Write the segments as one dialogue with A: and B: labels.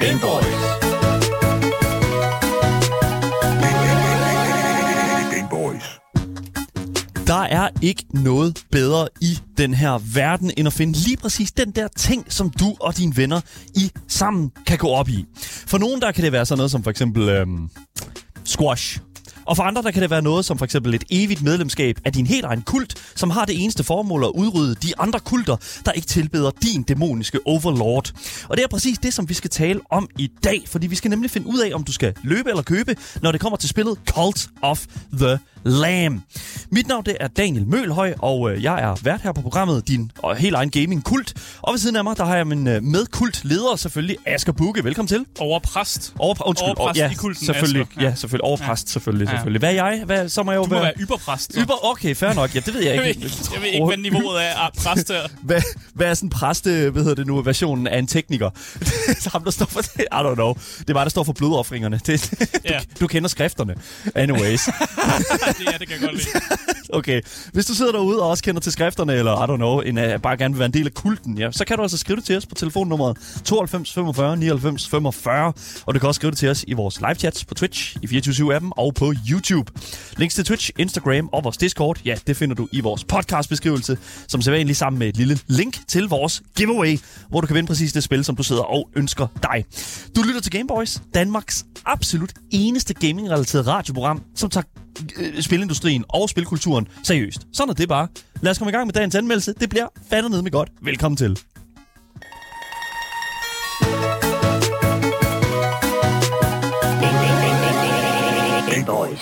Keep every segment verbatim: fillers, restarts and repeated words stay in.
A: Game Boys. Game Boys. Der er ikke noget bedre i den her verden, end at finde lige præcis den der ting, som du og dine venner i sammen kan gå op i. For nogen der kan det være sådan noget som for eksempel øhm, squash. Og for andre der kan det være noget som for eksempel et evigt medlemskab af din helt egen kult, som har det eneste formål at udrydde de andre kulter, der ikke tilbeder din dæmoniske overlord. Og det er præcis det, som vi skal tale om i dag, fordi vi skal nemlig finde ud af, om du skal løbe eller købe, når det kommer til spillet Cult of the Lamb. Mit navn det er Daniel Mølhøj, og øh, jeg er vært her på programmet, din øh, helt egen gaming-kult. Og ved siden af mig, der har jeg min øh, medkult-leder selvfølgelig, Asger Bugge. Velkommen til.
B: Overpræst.
A: Overpræst, undskyld.
B: Overpræst
A: ja,
B: i kulten,
A: selvfølgelig.
B: Asger.
A: Ja, selvfølgelig. Overpræst, ja. selvfølgelig,
B: ja.
A: selvfølgelig. Hvad er jeg? Hvad, så må jeg jo
B: du må
A: være...
B: være yberpræst. Så.
A: Yber, okay, fair nok. Ja, det ved jeg ikke.
B: jeg, ved, jeg ved ikke, hvad niveauet er af præst her.
A: Hvad, hvad er sådan præste, hvad hedder det nu, versionen af en tekniker? Ham, der står for det. I don't know. Det er bare, der står for blodoffringerne. Det,
B: ja.
A: du, du kender skrifterne. Anyways.
B: det, ja, det kan jeg godt lide.
A: Okay, hvis du sidder derude og også kender til skrifterne, eller I don't know, en, uh, bare gerne vil være en del af kulten, ja, så kan du altså skrive det til os på telefonnummeret tooghalvfems femogfyrre nioghalvfems femogfyrre, og du kan også skrive det til os i vores live-chats på Twitch, i fireogtyve syv-appen og på YouTube. Links til Twitch, Instagram og vores Discord, ja, det finder du i vores podcastbeskrivelse, som sædvanligt sammen med et lille link til vores giveaway, hvor du kan vinde præcis det spil, som du sidder og ønsker dig. Du lytter til Game Boys, Danmarks absolut eneste gaming-relateret radioprogram, som tager spilindustrien og spilkulturen seriøst. Sådan er det bare. Lad os komme i gang med dagens anmeldelse. Det bliver fandme med godt. Velkommen til. Game Boys.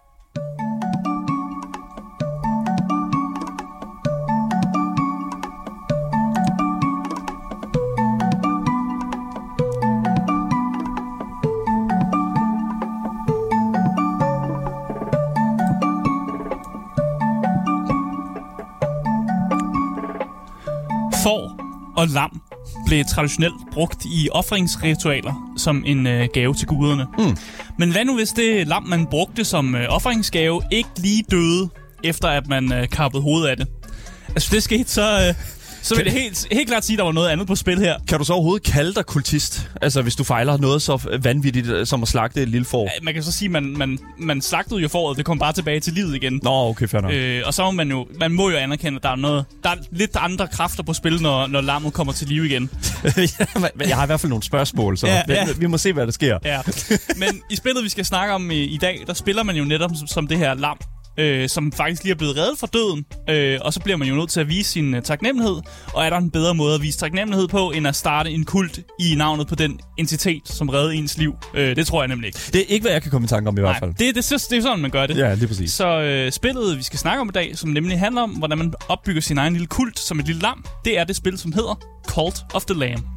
B: Får og lam blev traditionelt brugt i ofringsritualer som en øh, gave til guderne. Mm. Men hvad nu hvis det lam, man brugte som øh, ofringsgave, ikke lige døde, efter at man øh, kappede hovedet af det? Altså, det skete, så... Øh, Så vil det helt, helt klart sige, at der var noget andet på spil her.
A: Kan du så overhovedet kalde dig kultist? Altså, hvis du fejler noget så vanvittigt, som at slagte et lille får?
B: Ja, man kan så sige, at man, man, man slagtede jo fåret, det kom bare tilbage til livet igen.
A: Nå, okay, fair nok.
B: Øh, og så må man jo, man må jo anerkende, at der er, noget, der er lidt andre kræfter på spil, når, når lammet kommer til live igen.
A: Jeg har i hvert fald nogle spørgsmål, så ja, ja. Vi, vi må se, hvad der sker.
B: Ja. Men i spillet, vi skal snakke om i, i dag, der spiller man jo netop som, som det her lam. Øh, som faktisk lige er blevet reddet fra døden, øh, og så bliver man jo nødt til at vise sin uh, taknemmelighed. Og er der en bedre måde at vise taknemmelighed på, end at starte en kult i navnet på den entitet, som reddede ens liv? Øh, det tror jeg nemlig ikke.
A: Det er ikke, hvad jeg kan komme i tanke om i
B: Nej,
A: hvert fald.
B: Det, det, det, det er sådan, man gør det.
A: Ja, lige præcis.
B: Så øh, spillet, vi skal snakke om i dag, som nemlig handler om, hvordan man opbygger sin egen lille kult som et lille lam, det er det spil, som hedder Cult of the Lamb.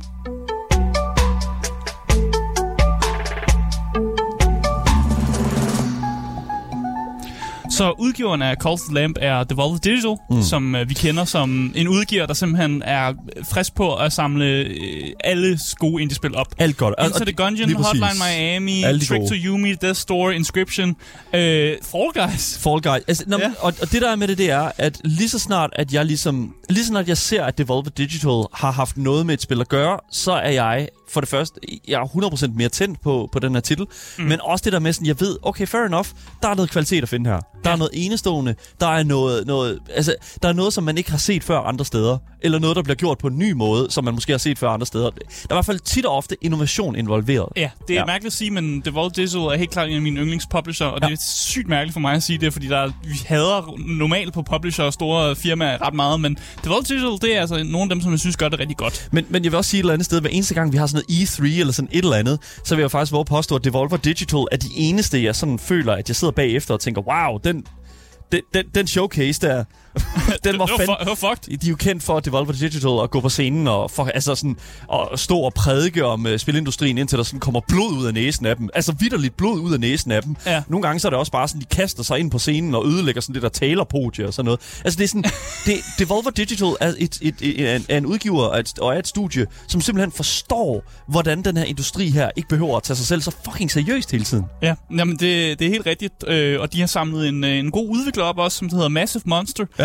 B: Så udgiveren af Cult of the Lamb er Devolver Digital, mm. som uh, vi kender som en udgiver, der simpelthen er frisk på at samle uh, alle gode indie-spil op.
A: Alt godt.
B: Enter the Gungeon, Hotline Miami, Trick to Yumi, Death Store, Inscription, uh, Fall Guys.
A: Fall Guys. Altså, når,
B: ja.
A: og, og det der er med det, det er, at lige så snart, at jeg ligesom, lige så snart jeg ser, at Devolver Digital har haft noget med et spil at gøre, så er jeg for det første, jeg er hundrede procent mere tændt på, på den her titel, mm. men også det der med sådan, jeg ved, okay, fair enough, der er noget kvalitet at finde her. Der ja. er noget enestående, der er noget, noget, altså, der er noget, som man ikke har set før andre steder, eller noget, der bliver gjort på en ny måde, som man måske har set før andre steder. Der er i hvert fald tit og ofte innovation involveret.
B: Ja, det er ja. mærkeligt at sige, men Devolver Digital er helt klart en af mine yndlingspublisher, og ja. det er sygt mærkeligt for mig at sige det, fordi der er, vi hader normalt på publisher og store firmaer ret meget, men Devolver Digital, det er altså nogle af dem, som jeg synes gør det rigtig godt.
A: Men, men jeg vil også sige et eller andet sted, hver eneste gang vi har sådan noget E tre eller sådan et eller andet, så vil jeg faktisk våge påstå, at Devolver Digital er de eneste, jeg sådan føler, at jeg sidder bagefter og tænker, wow, den, den, den, den showcase der, den var
B: fandme...
A: De er jo kendt for Devolver Digital at gå på scenen og for, altså sådan, og stå og prædike om uh, spilindustrien, indtil der sådan kommer blod ud af næsen af dem. Altså vitterligt blod ud af næsen af dem. Ja. Nogle gange så er det også bare sådan, de kaster sig ind på scenen og ødelægger sådan det der talerpodie og sådan noget. Altså det er sådan, det, Devolver Digital er, et, et, et, et, er en udgiver og, et, og er et studie, som simpelthen forstår, hvordan den her industri her ikke behøver at tage sig selv så fucking seriøst hele tiden.
B: Ja, jamen det, det er helt rigtigt. Øh, og de har samlet en, en god udvikler op også, som hedder Massive Monster. Ja.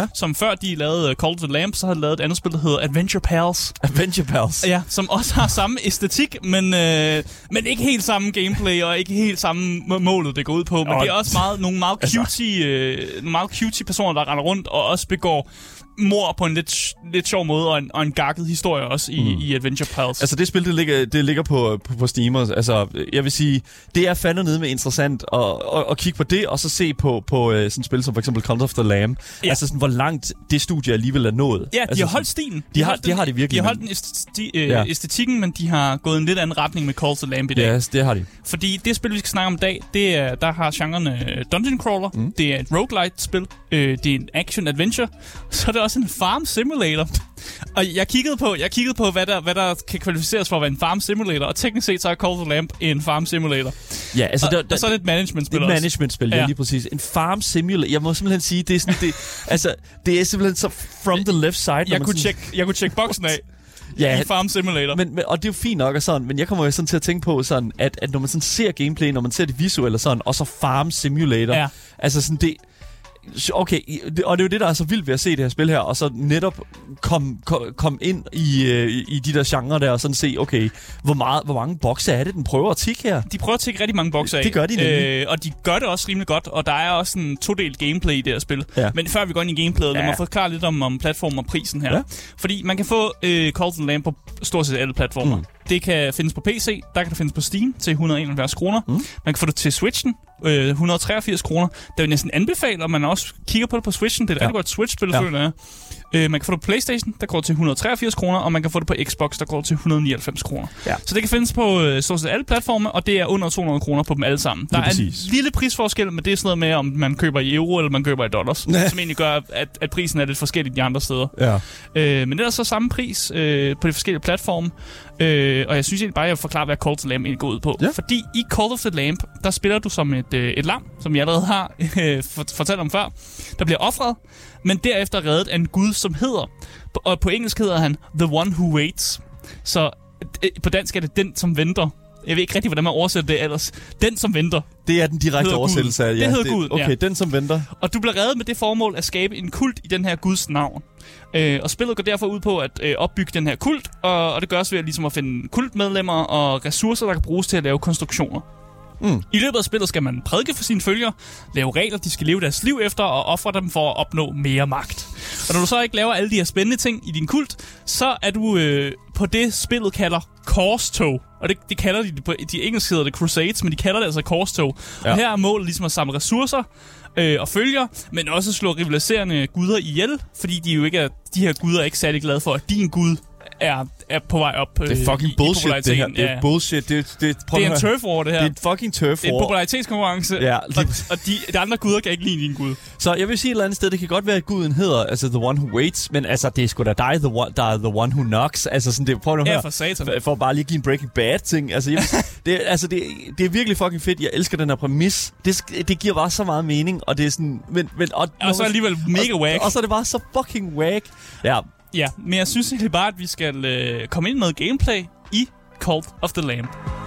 A: Ja.
B: Som før de lavede Call of the Lamp, så havde de lavet et andet spil, der hedder Adventure Pals.
A: Adventure Pals.
B: Ja, som også har samme æstetik, men, øh, men ikke helt samme gameplay, og ikke helt samme målet, det går ud på. Men oh, det er også meget, nogle meget cutie, øh, nogle meget cutie personer, der render rundt og også begår mor på en lidt, lidt sjov måde, og en, og en gakket historie også i, mm. i Adventure Pals.
A: Altså det spil, det ligger, det ligger på, på, på Steam. Altså, jeg vil sige, det er fandme nede med interessant at, at, at kigge på det, og så se på, på sådan et spil som for eksempel Call of the Lamb. Ja. Altså sådan, hvor langt det studie alligevel er nået.
B: Ja, de
A: altså,
B: har holdt stilen. De,
A: de, har,
B: holdt
A: de
B: den,
A: har det virkelig.
B: De har holdt den æsteti- øh, ja. æstetikken, men de har gået en lidt anden retning med Call of the Lamb i dag.
A: Ja, yes, det har de.
B: Fordi det spil, vi skal snakke om i dag, det er, der har genrerne Dungeon Crawler, mm. det er et roguelite-spil, øh, det er en action-adventure, så er det også en farm simulator. Og jeg kiggede på, jeg kiggede på hvad, der, hvad der kan kvalificeres for at være en farm simulator, og teknisk set så er Call of the Lamp en farm simulator.
A: Ja, altså...
B: Og,
A: der, der,
B: og så er det et management-spil
A: også. Et management-spil, ja, lige præcis. En farm simulator. Jeg må simpelthen sige, det er sådan... Det, altså, det er simpelthen så from the left side.
B: Jeg kunne
A: sådan...
B: tjekke jeg kunne tjekke boksen af.
A: Ja,
B: i Farm Simulator.
A: Men, men, og det er jo fint nok og sådan, men jeg kommer jo sådan til at tænke på sådan, at, at når man sådan ser gameplay, når man ser det visuelle og sådan, og så Farm Simulator,
B: ja.
A: altså sådan det... Okay, og det er jo det, der er så vildt ved at se det her spil her, og så netop komme kom, kom ind i, i de der genre der, og sådan se, okay, hvor, meget, hvor mange bokse er det, den prøver at tikke her?
B: De prøver at tikke rigtig mange bokse af.
A: Det gør de nemlig.
B: Øh, og de gør det også rimelig godt, og der er også en to-delt gameplay i det her spil. Ja. Men før vi går ind i gameplayet, ja. lad mig forklare lidt om, om platformen og prisen her. Ja. Fordi man kan få øh, Call of the Lamb på stort set alle platformer. Mm. Det kan findes på P C, der kan det findes på Steam til et hundrede og enoghalvfjerds kroner. Mm. Man kan få det til Switchen, øh, et hundrede og treogfirs kroner. Der vil næsten anbefale, og man også kigger på det på Switchen. Det er et ja. rigtig godt Switch-spil, ja. føler jeg. Øh, man kan få det på PlayStation, der går til et hundrede og treogfirs kroner, og man kan få det på Xbox, der går til et hundrede og nioghalvfems kroner. Ja. Så det kan findes på øh, stort set alle platforme, og det er under to hundrede kroner på dem alle sammen. Der er en lille prisforskel, men det er sådan noget med, om man køber i euro, eller man køber i dollars, som egentlig gør, at, at prisen er lidt forskellig de andre steder. Ja. Øh, men det er så samme pris øh, på de forskellige platforme, øh, og jeg synes egentlig bare, at jeg vil forklare, hvad Call of the Lamb egentlig går ud på. Ja. Fordi i Call of the Lamb, der spiller du som et, øh, et lam, som jeg allerede har øh, fortalt om før, der bliver ofret, men derefter reddet af en gud, som hedder, og på engelsk hedder han The One Who Waits. Så på dansk er det den, som venter. Jeg ved ikke rigtig, hvordan man oversætter det ellers. Den, som venter.
A: Det er den direkte oversættelse af, ja.
B: Det hedder Gud,
A: okay, ja. Den, som venter.
B: Og du bliver reddet med det formål at skabe en kult i den her Guds navn. Øh, og spillet går derfor ud på at øh, opbygge den her kult, og, og det gøres ved at, ligesom at finde kultmedlemmer og ressourcer, der kan bruges til at lave konstruktioner. Mm. I løbet af spillet skal man prædike for sine følgere, lave regler, de skal leve deres liv efter, og ofre dem for at opnå mere magt. Og når du så ikke laver alle de her spændende ting i din kult, så er du øh, på det, spillet kalder korstog. Og det, det kalder de, på de engelsk hedder det Crusades, men de kalder det altså korstog. Ja. Og her er målet ligesom at samle ressourcer øh, og følger, men også slå rivaliserende guder ihjel, fordi de jo ikke er, de her guder er ikke særlig glade for, at din gud er, er på vej op.
A: Det er fucking
B: i,
A: bullshit,
B: i
A: det her. Det er
B: ja.
A: bullshit. Det, det,
B: det er en turf war, det her.
A: Det er en fucking turf war.
B: Det er en popularitetskonkurrence, ja, og, og de, de andre guder kan ikke lide din gud.
A: Så jeg vil sige et eller andet sted, det kan godt være, at guden hedder altså The One Who Waits, men altså, det er sgu da dig, the one, der er The One Who Knocks. Altså sådan, det, prøv nu
B: ja,
A: her.
B: for satan.
A: For, for bare lige at give en Breaking Bad-ting. Altså, jeg, det, altså det, det er virkelig fucking fedt. Jeg elsker den her præmis. Det, det giver bare så meget mening, og det er sådan... Men, men, og,
B: og så alligevel mega whack.
A: Og, og så er det bare så fucking whack. Ja.
B: Ja, men jeg synes egentlig bare, at vi skal øh, komme ind med noget gameplay i Call of the Lamb.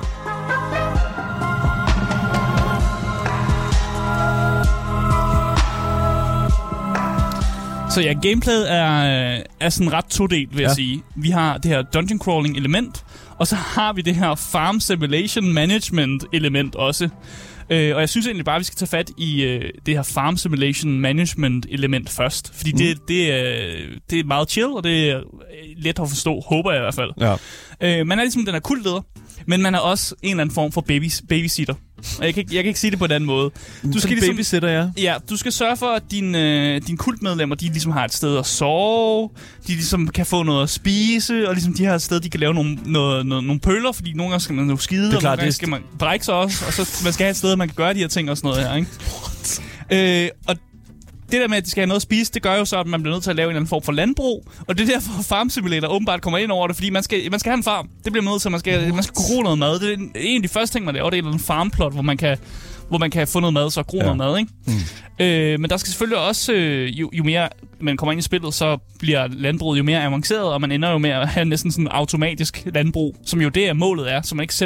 B: Så ja, gameplayet er, er sådan ret todelt, vil ja. jeg sige. Vi har det her dungeon crawling element, og så har vi det her farm simulation management element også. Øh, og jeg synes egentlig bare, at vi skal tage fat i øh, det her farm simulation management element først. Fordi mm. det, det, er, det er meget chill, og det er let at forstå, håber jeg i hvert fald. Ja. Øh, man er ligesom den her kultleder, men man er også en eller anden form for babys, babysitter. Jeg kan, jeg kan ikke sige det på den anden måde.
A: Du skal ligesom, babysitter, ja.
B: Ja, du skal sørge for, at dine, øh, dine kultmedlemmer, de ligesom har et sted at sove, de ligesom kan få noget at spise, og ligesom de har et sted, de kan lave nogle, noget, noget, nogle pøller, fordi nogle gange skal man jo skide,
A: det er klart,
B: og nogle gange skal man brække sig også, og så man skal have et sted, man kan gøre de her ting og sådan noget her, ikke? øh, og det der med, at de skal have noget at spise, det gør jo så, at man bliver nødt til at lave en eller anden form for landbrug. Og det er derfor, Farm Simulator åbenbart kommer ind over det, fordi man skal, man skal have en farm. Det bliver man nødt til, at man skal, man skal kunne gro noget mad. Det er en af de første ting, man laver, det er en farmplot, hvor man kan, hvor man kan få noget mad, så gro ja. noget mad, ikke? Mm. Øh, men der skal selvfølgelig også, øh, jo, jo mere man kommer ind i spillet, så bliver landbruget jo mere avanceret, og man ender jo med at have næsten sådan en automatisk landbrug, som jo det er målet er, så man ikke selv skal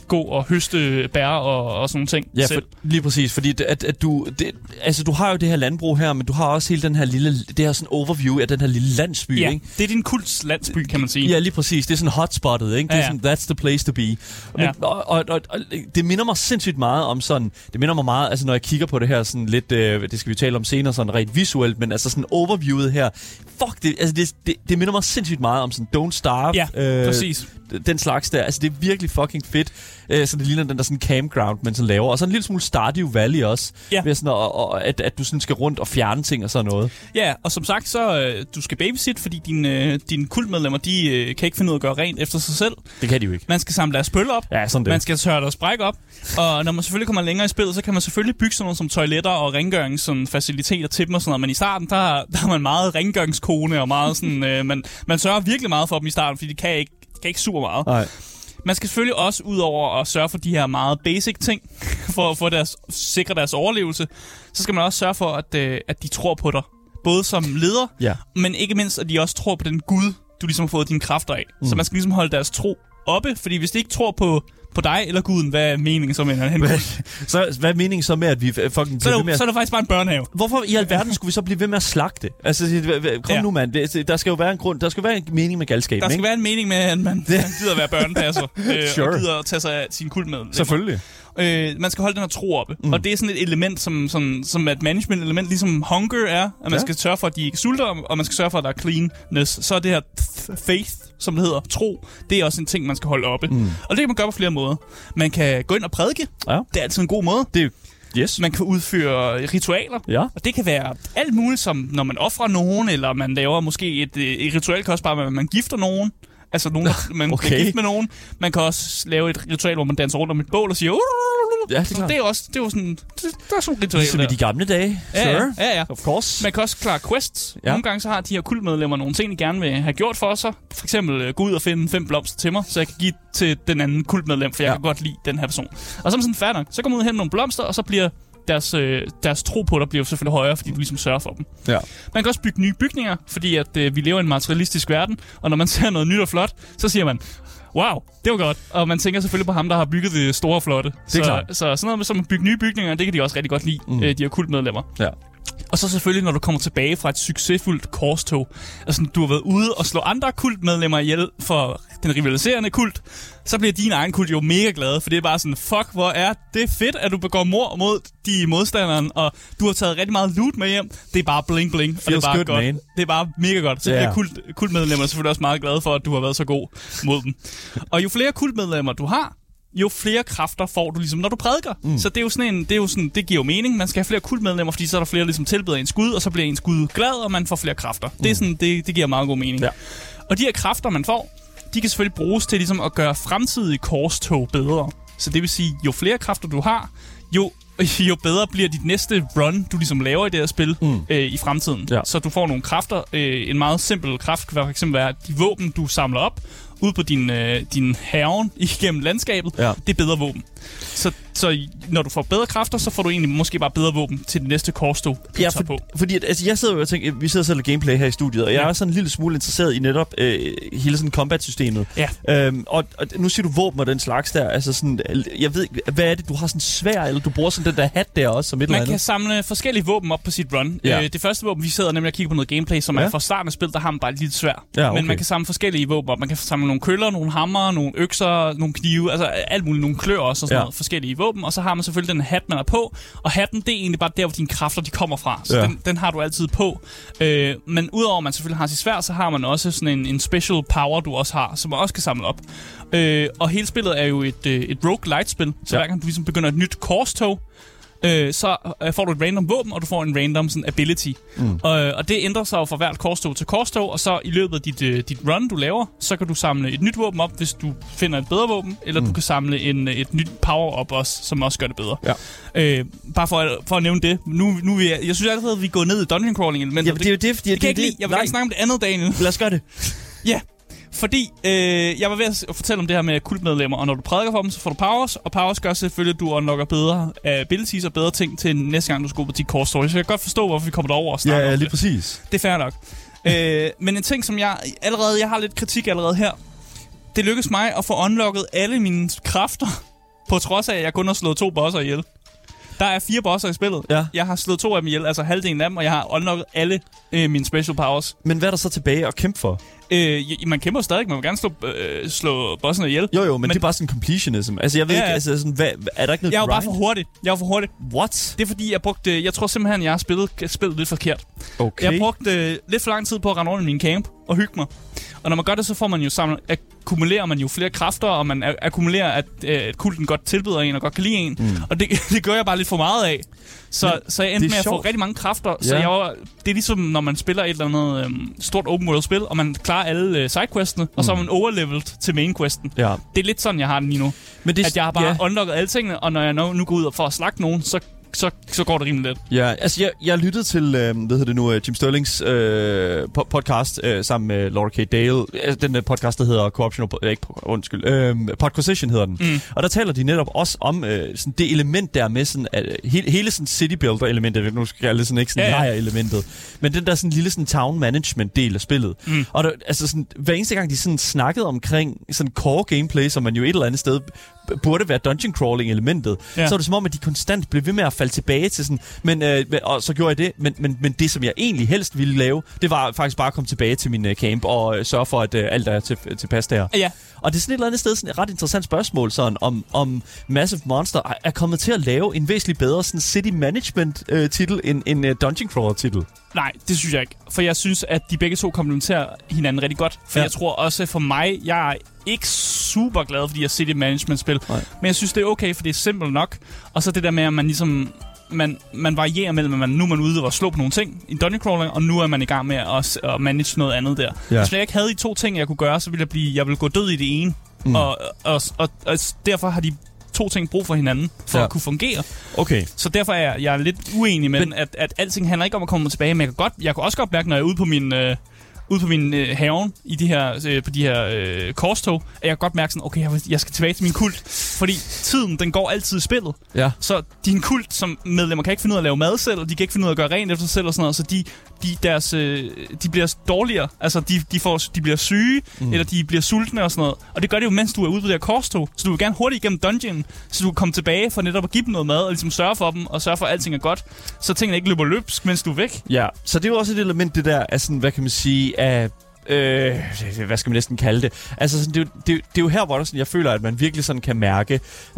B: gå og høste bær og, og sådan nogle ting
A: Ja,
B: selv.
A: for, lige præcis. Fordi det, at, at du... Det, altså, du har jo det her landbrug her, men du har også hele den her lille... Det her sådan overview af den her lille landsby,
B: ja,
A: ikke?
B: det er din kults landsby, kan man sige.
A: Ja, lige præcis. Det er sådan hotspottet, ikke? Det er
B: ja, ja.
A: sådan, that's the place to be. Men,
B: ja.
A: og, og, og, og det minder mig sindssygt meget om sådan... Det minder mig meget, altså når jeg kigger på det her sådan lidt... Øh, det skal vi tale om senere, sådan rent visuelt, men altså sådan overviewet her... Fuck, det, altså det, det, det minder mig sindssygt meget om sådan Don't Starve.
B: Ja,
A: øh,
B: præcis.
A: Den slags der. Altså det er virkelig fucking fedt. Øh, så det ligner den der sådan campground, man sådan laver. Og så en lille smule Stardew Valley også.
B: Ja.
A: Ved sådan, og, og, at, at du sådan skal rundt og fjerne ting og sådan noget.
B: Ja, og som sagt, så øh, du skal babysit, fordi dine, øh, dine kultmedlemmer, de øh, kan ikke finde ud af at gøre rent efter sig selv.
A: Det kan de jo ikke.
B: Man skal samle deres pøl op.
A: Ja, sådan det.
B: Man skal tørre deres bræk op. Og når man selvfølgelig kommer længere i spillet, så kan man selvfølgelig bygge sådan noget som toiletter og rengøringsfaciliteter til dem og sådan noget. Men i starten, der, der har man meget rengøringskone og meget sådan... Øh, man, man sørger virkelig meget for dem i starten, fordi de kan ikke, de kan ikke super meget.
A: Nej.
B: Man skal selvfølgelig også ud over at sørge for de her meget basic ting, for at få deres, sikre deres overlevelse, så skal man også sørge for, at, øh, at de tror på dig. Både som leder,
A: ja.
B: men ikke mindst, at de også tror på den Gud, du ligesom har fået dine kræfter af. Mm. Så man skal ligesom holde deres tro oppe, fordi hvis de ikke tror på, på dig eller guden, hvad er meningen så med en hen?
A: Så hvad er meningen så med, at vi fucking
B: så
A: bliver ved med at...
B: Så er det faktisk bare en børnehave.
A: Hvorfor i alverden skulle vi så blive ved med at slagte? Altså, kom ja. nu, mand. Det, der skal jo være en grund. Der skal jo være en mening med galskaben,
B: Der skal
A: ikke?
B: være en mening med, at man, man gider at være børnepasser. øh,
A: sure.
B: Og gider at tage sig af sin kultmedlemmer.
A: Selvfølgelig.
B: Øh, man skal holde den her tro oppe. Mm. Og det er sådan et element, som, som, som et management-element, ligesom hunger er. At man ja. skal sørge for, at de ikke sulter, og man skal sørge for, at der er cleanness. Så er det her faith, som det hedder, tro, det er også en ting, man skal holde oppe. Mm. Og det kan man gøre på flere måder. Man kan gå ind og prædike. Ja. Det er altid en god måde.
A: Det er Yes.
B: Man kan udføre ritualer,
A: ja.
B: Og det kan være alt muligt, som når man offrer nogen, eller man laver måske et, et ritual, kan også bare være, at man gifter nogen. Altså nogen, man okay. bliver gift med nogen. Man kan også lave et ritual, hvor man danser rundt om et bål og siger...
A: Ja, det, er
B: det er også det er jo sådan det, der er sådan ritualer.
A: Ligesom i de gamle dage.
B: Ja,
A: sure.
B: ja, ja.
A: Of course.
B: Man kan også klare quests.
A: Ja.
B: Nogle gange så har de her kultmedlemmer nogle ting, de gerne vil have gjort for sig. For eksempel uh, gå ud og finde fem blomster til mig, så jeg kan give til den anden kultmedlem, for jeg ja. kan godt lide den her person. Og så er man sådan færdig nok. Så kommer man ud og hente nogle blomster, og så bliver deres, øh, deres tro på dig bliver selvfølgelig højere, fordi du ligesom sørger for dem.
A: Ja.
B: Man kan også bygge nye bygninger, fordi at øh, vi lever i en materialistisk verden, og når man ser noget nyt og flot, så siger man, wow, det var godt. Og man tænker selvfølgelig på ham, der har bygget det store og flotte.
A: Det er
B: så,
A: klart.
B: så sådan noget med som at bygge nye bygninger, det kan de også rigtig godt lide, mm. øh, de her kultmedlemmer.
A: Ja.
B: Og så selvfølgelig, når du kommer tilbage fra et succesfuldt korstog, altså du har været ude og slå andre kultmedlemmer ihjel for den rivaliserende kult, så bliver din egen kult jo mega glad, for det er bare sådan, fuck, hvor er det fedt, at du begår mord mod de modstanderen, og du har taget rigtig meget loot med hjem. Det er bare bling bling, og det er bare
A: good,
B: godt.
A: Man.
B: Det er bare mega godt. Så
A: yeah.
B: bliver kult, kultmedlemmer selvfølgelig også meget glade for, at du har været så god mod dem. Og jo flere kultmedlemmer du har, jo flere kræfter får du ligesom, når du prædiker. Mm. Så det er jo sådan en, det er jo sådan, det giver jo mening. Man skal have flere kultmedlemmer, fordi så er der flere ligesom tilbeder en skud, og så bliver en skud glad, og man får flere kræfter. Mm. Det er sådan, det, det giver meget god mening.
A: Ja.
B: Og de her kræfter man får, de kan selvfølgelig bruges til ligesom at gøre fremtidige korstog bedre. Så det vil sige, jo flere kræfter du har, jo jo bedre bliver dit næste run, du ligesom laver i det her spil mm. øh, i fremtiden. Ja. Så du får nogle kræfter. Øh, en meget simpel kraft kan for eksempel være de våben, du samler op ude på din, øh, din haven igennem landskabet. Ja. Det er bedre våben. Så, så når du får bedre kræfter, så får du egentlig måske bare bedre våben til det næste korstog, du
A: ja,
B: tager
A: for,
B: på.
A: Fordi altså, jeg sidder jo og tænker, vi sidder selv og gameplay her i studiet, og jeg ja. er sådan en lille smule interesseret i netop øh, hele sådan combat-systemet.
B: Ja.
A: Øhm, og, og nu siger du våben og den slags der. Altså sådan, jeg ved hvad er det, du har sådan svær, eller du bruger sådan den der hat der også, som et
B: Man
A: eller andet?
B: kan samle forskellige våben op på sit run. Ja. Øh, det første våben, vi sidder nemlig og kigger på noget gameplay, som ja. er fra starten af spillet, der har man bare lidt svær.
A: Ja, okay.
B: Men man kan samle forskellige våben op. Man kan samle nogle køller, nogle hammer, nogle økser, nogle knive, altså alt muligt, nogle klør også og sådan ja. noget, forskellige våben. Og så har man selvfølgelig den hat, man er på. Og hatten, det er egentlig bare der, hvor dine kræfter de kommer fra. Så ja. den, den har du altid på. Øh, men udover at man selvfølgelig har sit sværd, så har man også sådan en, en special power, du også har, som man også kan samle op. Øh, og hele spillet er jo et, et roguelite-spil. Så ja. hver gang du ligesom begynder et nyt korstog, øh, så får du et random våben, og du får en random sådan, ability. Mm. Og, og det ændrer sig jo fra hvert korstog til korstog, og så i løbet af dit, uh, dit run, du laver, så kan du samle et nyt våben op, hvis du finder et bedre våben, eller mm. du kan samle en, et nyt power op også, som også gør det bedre. Ja. Øh, bare for at, for at nævne det. Nu, nu vil jeg, jeg synes altid, at vi går ned i dungeon crawling, men
A: ja, det, det er jo det, fordi
B: det, det kan jeg
A: det,
B: ikke lide. Jeg vil gerne snakke om det andet, Daniel.
A: Lad os gøre det.
B: Ja. Fordi øh, jeg var ved at fortælle om det her med kultmedlemmer, og når du prædiker for dem, så får du powers, og powers gør selvfølgelig, at du unlocker bedre abilities og bedre ting til næste gang, du skal på dit core story. Så jeg kan godt forstå, hvorfor vi kommer derover og snakker
A: ja, ja,
B: om
A: lige
B: det.
A: præcis.
B: Det er fair nok. øh, men en ting, som jeg allerede, jeg har lidt kritik allerede her, det lykkedes mig at få unlocket alle mine kræfter På trods af, at jeg kun har slået to bosser ihjel. Der er fire bosser i spillet.
A: Ja.
B: Jeg har slået to af dem ihjel, altså halvdelen af dem, og jeg har unlocket alle øh, mine special powers.
A: Men hvad er der så tilbage at kæmpe for?
B: Øh, man kæmper stadig, man vil gerne slå, øh, slå bosserne ihjel.
A: Jo, jo, men, men det er bare sådan completionism. Altså, jeg ved ja, ikke, altså sådan, hvad, er der ikke noget
B: Jeg er jo
A: grind?
B: bare for hurtig. Jeg er for hurtig.
A: What?
B: Det er fordi, jeg brugte, jeg tror simpelthen, jeg har spillet, spillet lidt forkert.
A: Okay.
B: Jeg har brugt øh, lidt for lang tid på at rende rundt i min camp og hygge mig. Og når man gør det, så får man jo samlet, akkumulerer man jo flere kræfter, og man akkumulerer, at øh, kulten godt tilbyder en og godt kan lide en. Mm. Og det, det gør jeg bare lidt for meget af. Så, så jeg endte med at få rigtig mange kræfter. Ja. Så jeg var, det er ligesom, når man spiller et eller andet øhm, stort open world spil, og man klarer alle øh, sidequestene, mm. og så er man overleveled til mainquesten. Ja. Det er lidt sådan, jeg har den lige nu. Men det, at jeg har bare ja. unlocket alle tingene, og når jeg nu, nu går ud for at slagte nogen, så Så, så går det rimelig let.
A: Ja, altså jeg, jeg lyttede til, øh, hvad hedder det nu, Jim Sterlings øh, po- podcast øh, sammen med Laura K. Dale. Den øh, podcast, der hedder Corruption, øh, ikke, undskyld, øh, Podquisition hedder den. Mm. Og der taler de netop også om øh, sådan det element der med sådan, at hele, hele sådan city builder elementet, nu skal jeg lidt sådan ikke sådan ja, ja. elementet, men den der sådan lille sådan town management del af spillet. Mm. Og der, altså sådan, hver eneste gang de sådan snakkede omkring sådan core gameplay, som man jo et eller andet sted burde være dungeon crawling elementet, ja. så er det som om, at de konstant blev ved med at falde tilbage til sådan, men, øh, og så gjorde jeg det, men, men, men det, som jeg egentlig helst ville lave, det var faktisk bare at komme tilbage til min uh, camp og uh, sørge for, at uh, alt er til, tilpas der.
B: Ja.
A: Og det er sådan et eller andet sted sådan et ret interessant spørgsmål, sådan, om, om Massive Monster er kommet til at lave en væsentligt bedre sådan city management uh, titel end en uh, dungeon crawler titel.
B: Nej, det synes jeg ikke. For jeg synes, at de begge to komplementerer hinanden rigtig godt. For ja. jeg tror også, for mig, jeg er ikke super glad, fordi jeg city management-spil. Nej. Men jeg synes, det er okay, for det er simpelt nok. Og så det der med, at man ligesom man, man varierer mellem, at man, nu er man ude og slå på nogle ting i dungeon crawling, og nu er man i gang med at, at manage noget andet der. Ja. Hvis jeg ikke havde de to ting, jeg kunne gøre, så ville jeg, blive, jeg ville gå død i det ene. Mm. Og, og, og, og derfor har de to ting brug for hinanden, for ja. at kunne fungere.
A: Okay.
B: Så derfor er jeg, jeg er lidt uenig med, men, at, at alting handler ikke om at komme tilbage, men jeg kan, godt, jeg kan også godt mærke, når jeg er ude på min... Øh, ude på min øh, haven i de her øh, på de her øh, korstog, at jeg kan godt mærke sådan, okay, jeg, jeg skal tilbage til min kult, fordi tiden, den går altid i spillet. Ja. Så din kult som medlemmer kan ikke finde ud af at lave mad selv, og de kan ikke finde ud af at gøre rent efter sig selv og sådan noget, så de de deres øh, de bliver dårligere, altså de de får de bliver syge mm. eller de bliver sultne og sådan noget. Og det gør det jo mens du er ude på det her korstog, så du vil gerne hurtigt igennem dungeon, så du kan komme tilbage for netop at give dem noget mad og ligesom sørge for dem og sørge for at alting er godt, så tingene ikke løber løbsk, mens du er væk. Ja, så det er jo også et element det der af sådan, hvad kan man sige, af Øh, hvad skal man næsten kalde det? Altså, sådan, det, er jo, det, er jo, det er jo her, hvor der, sådan, jeg føler, at man virkelig sådan kan mærke,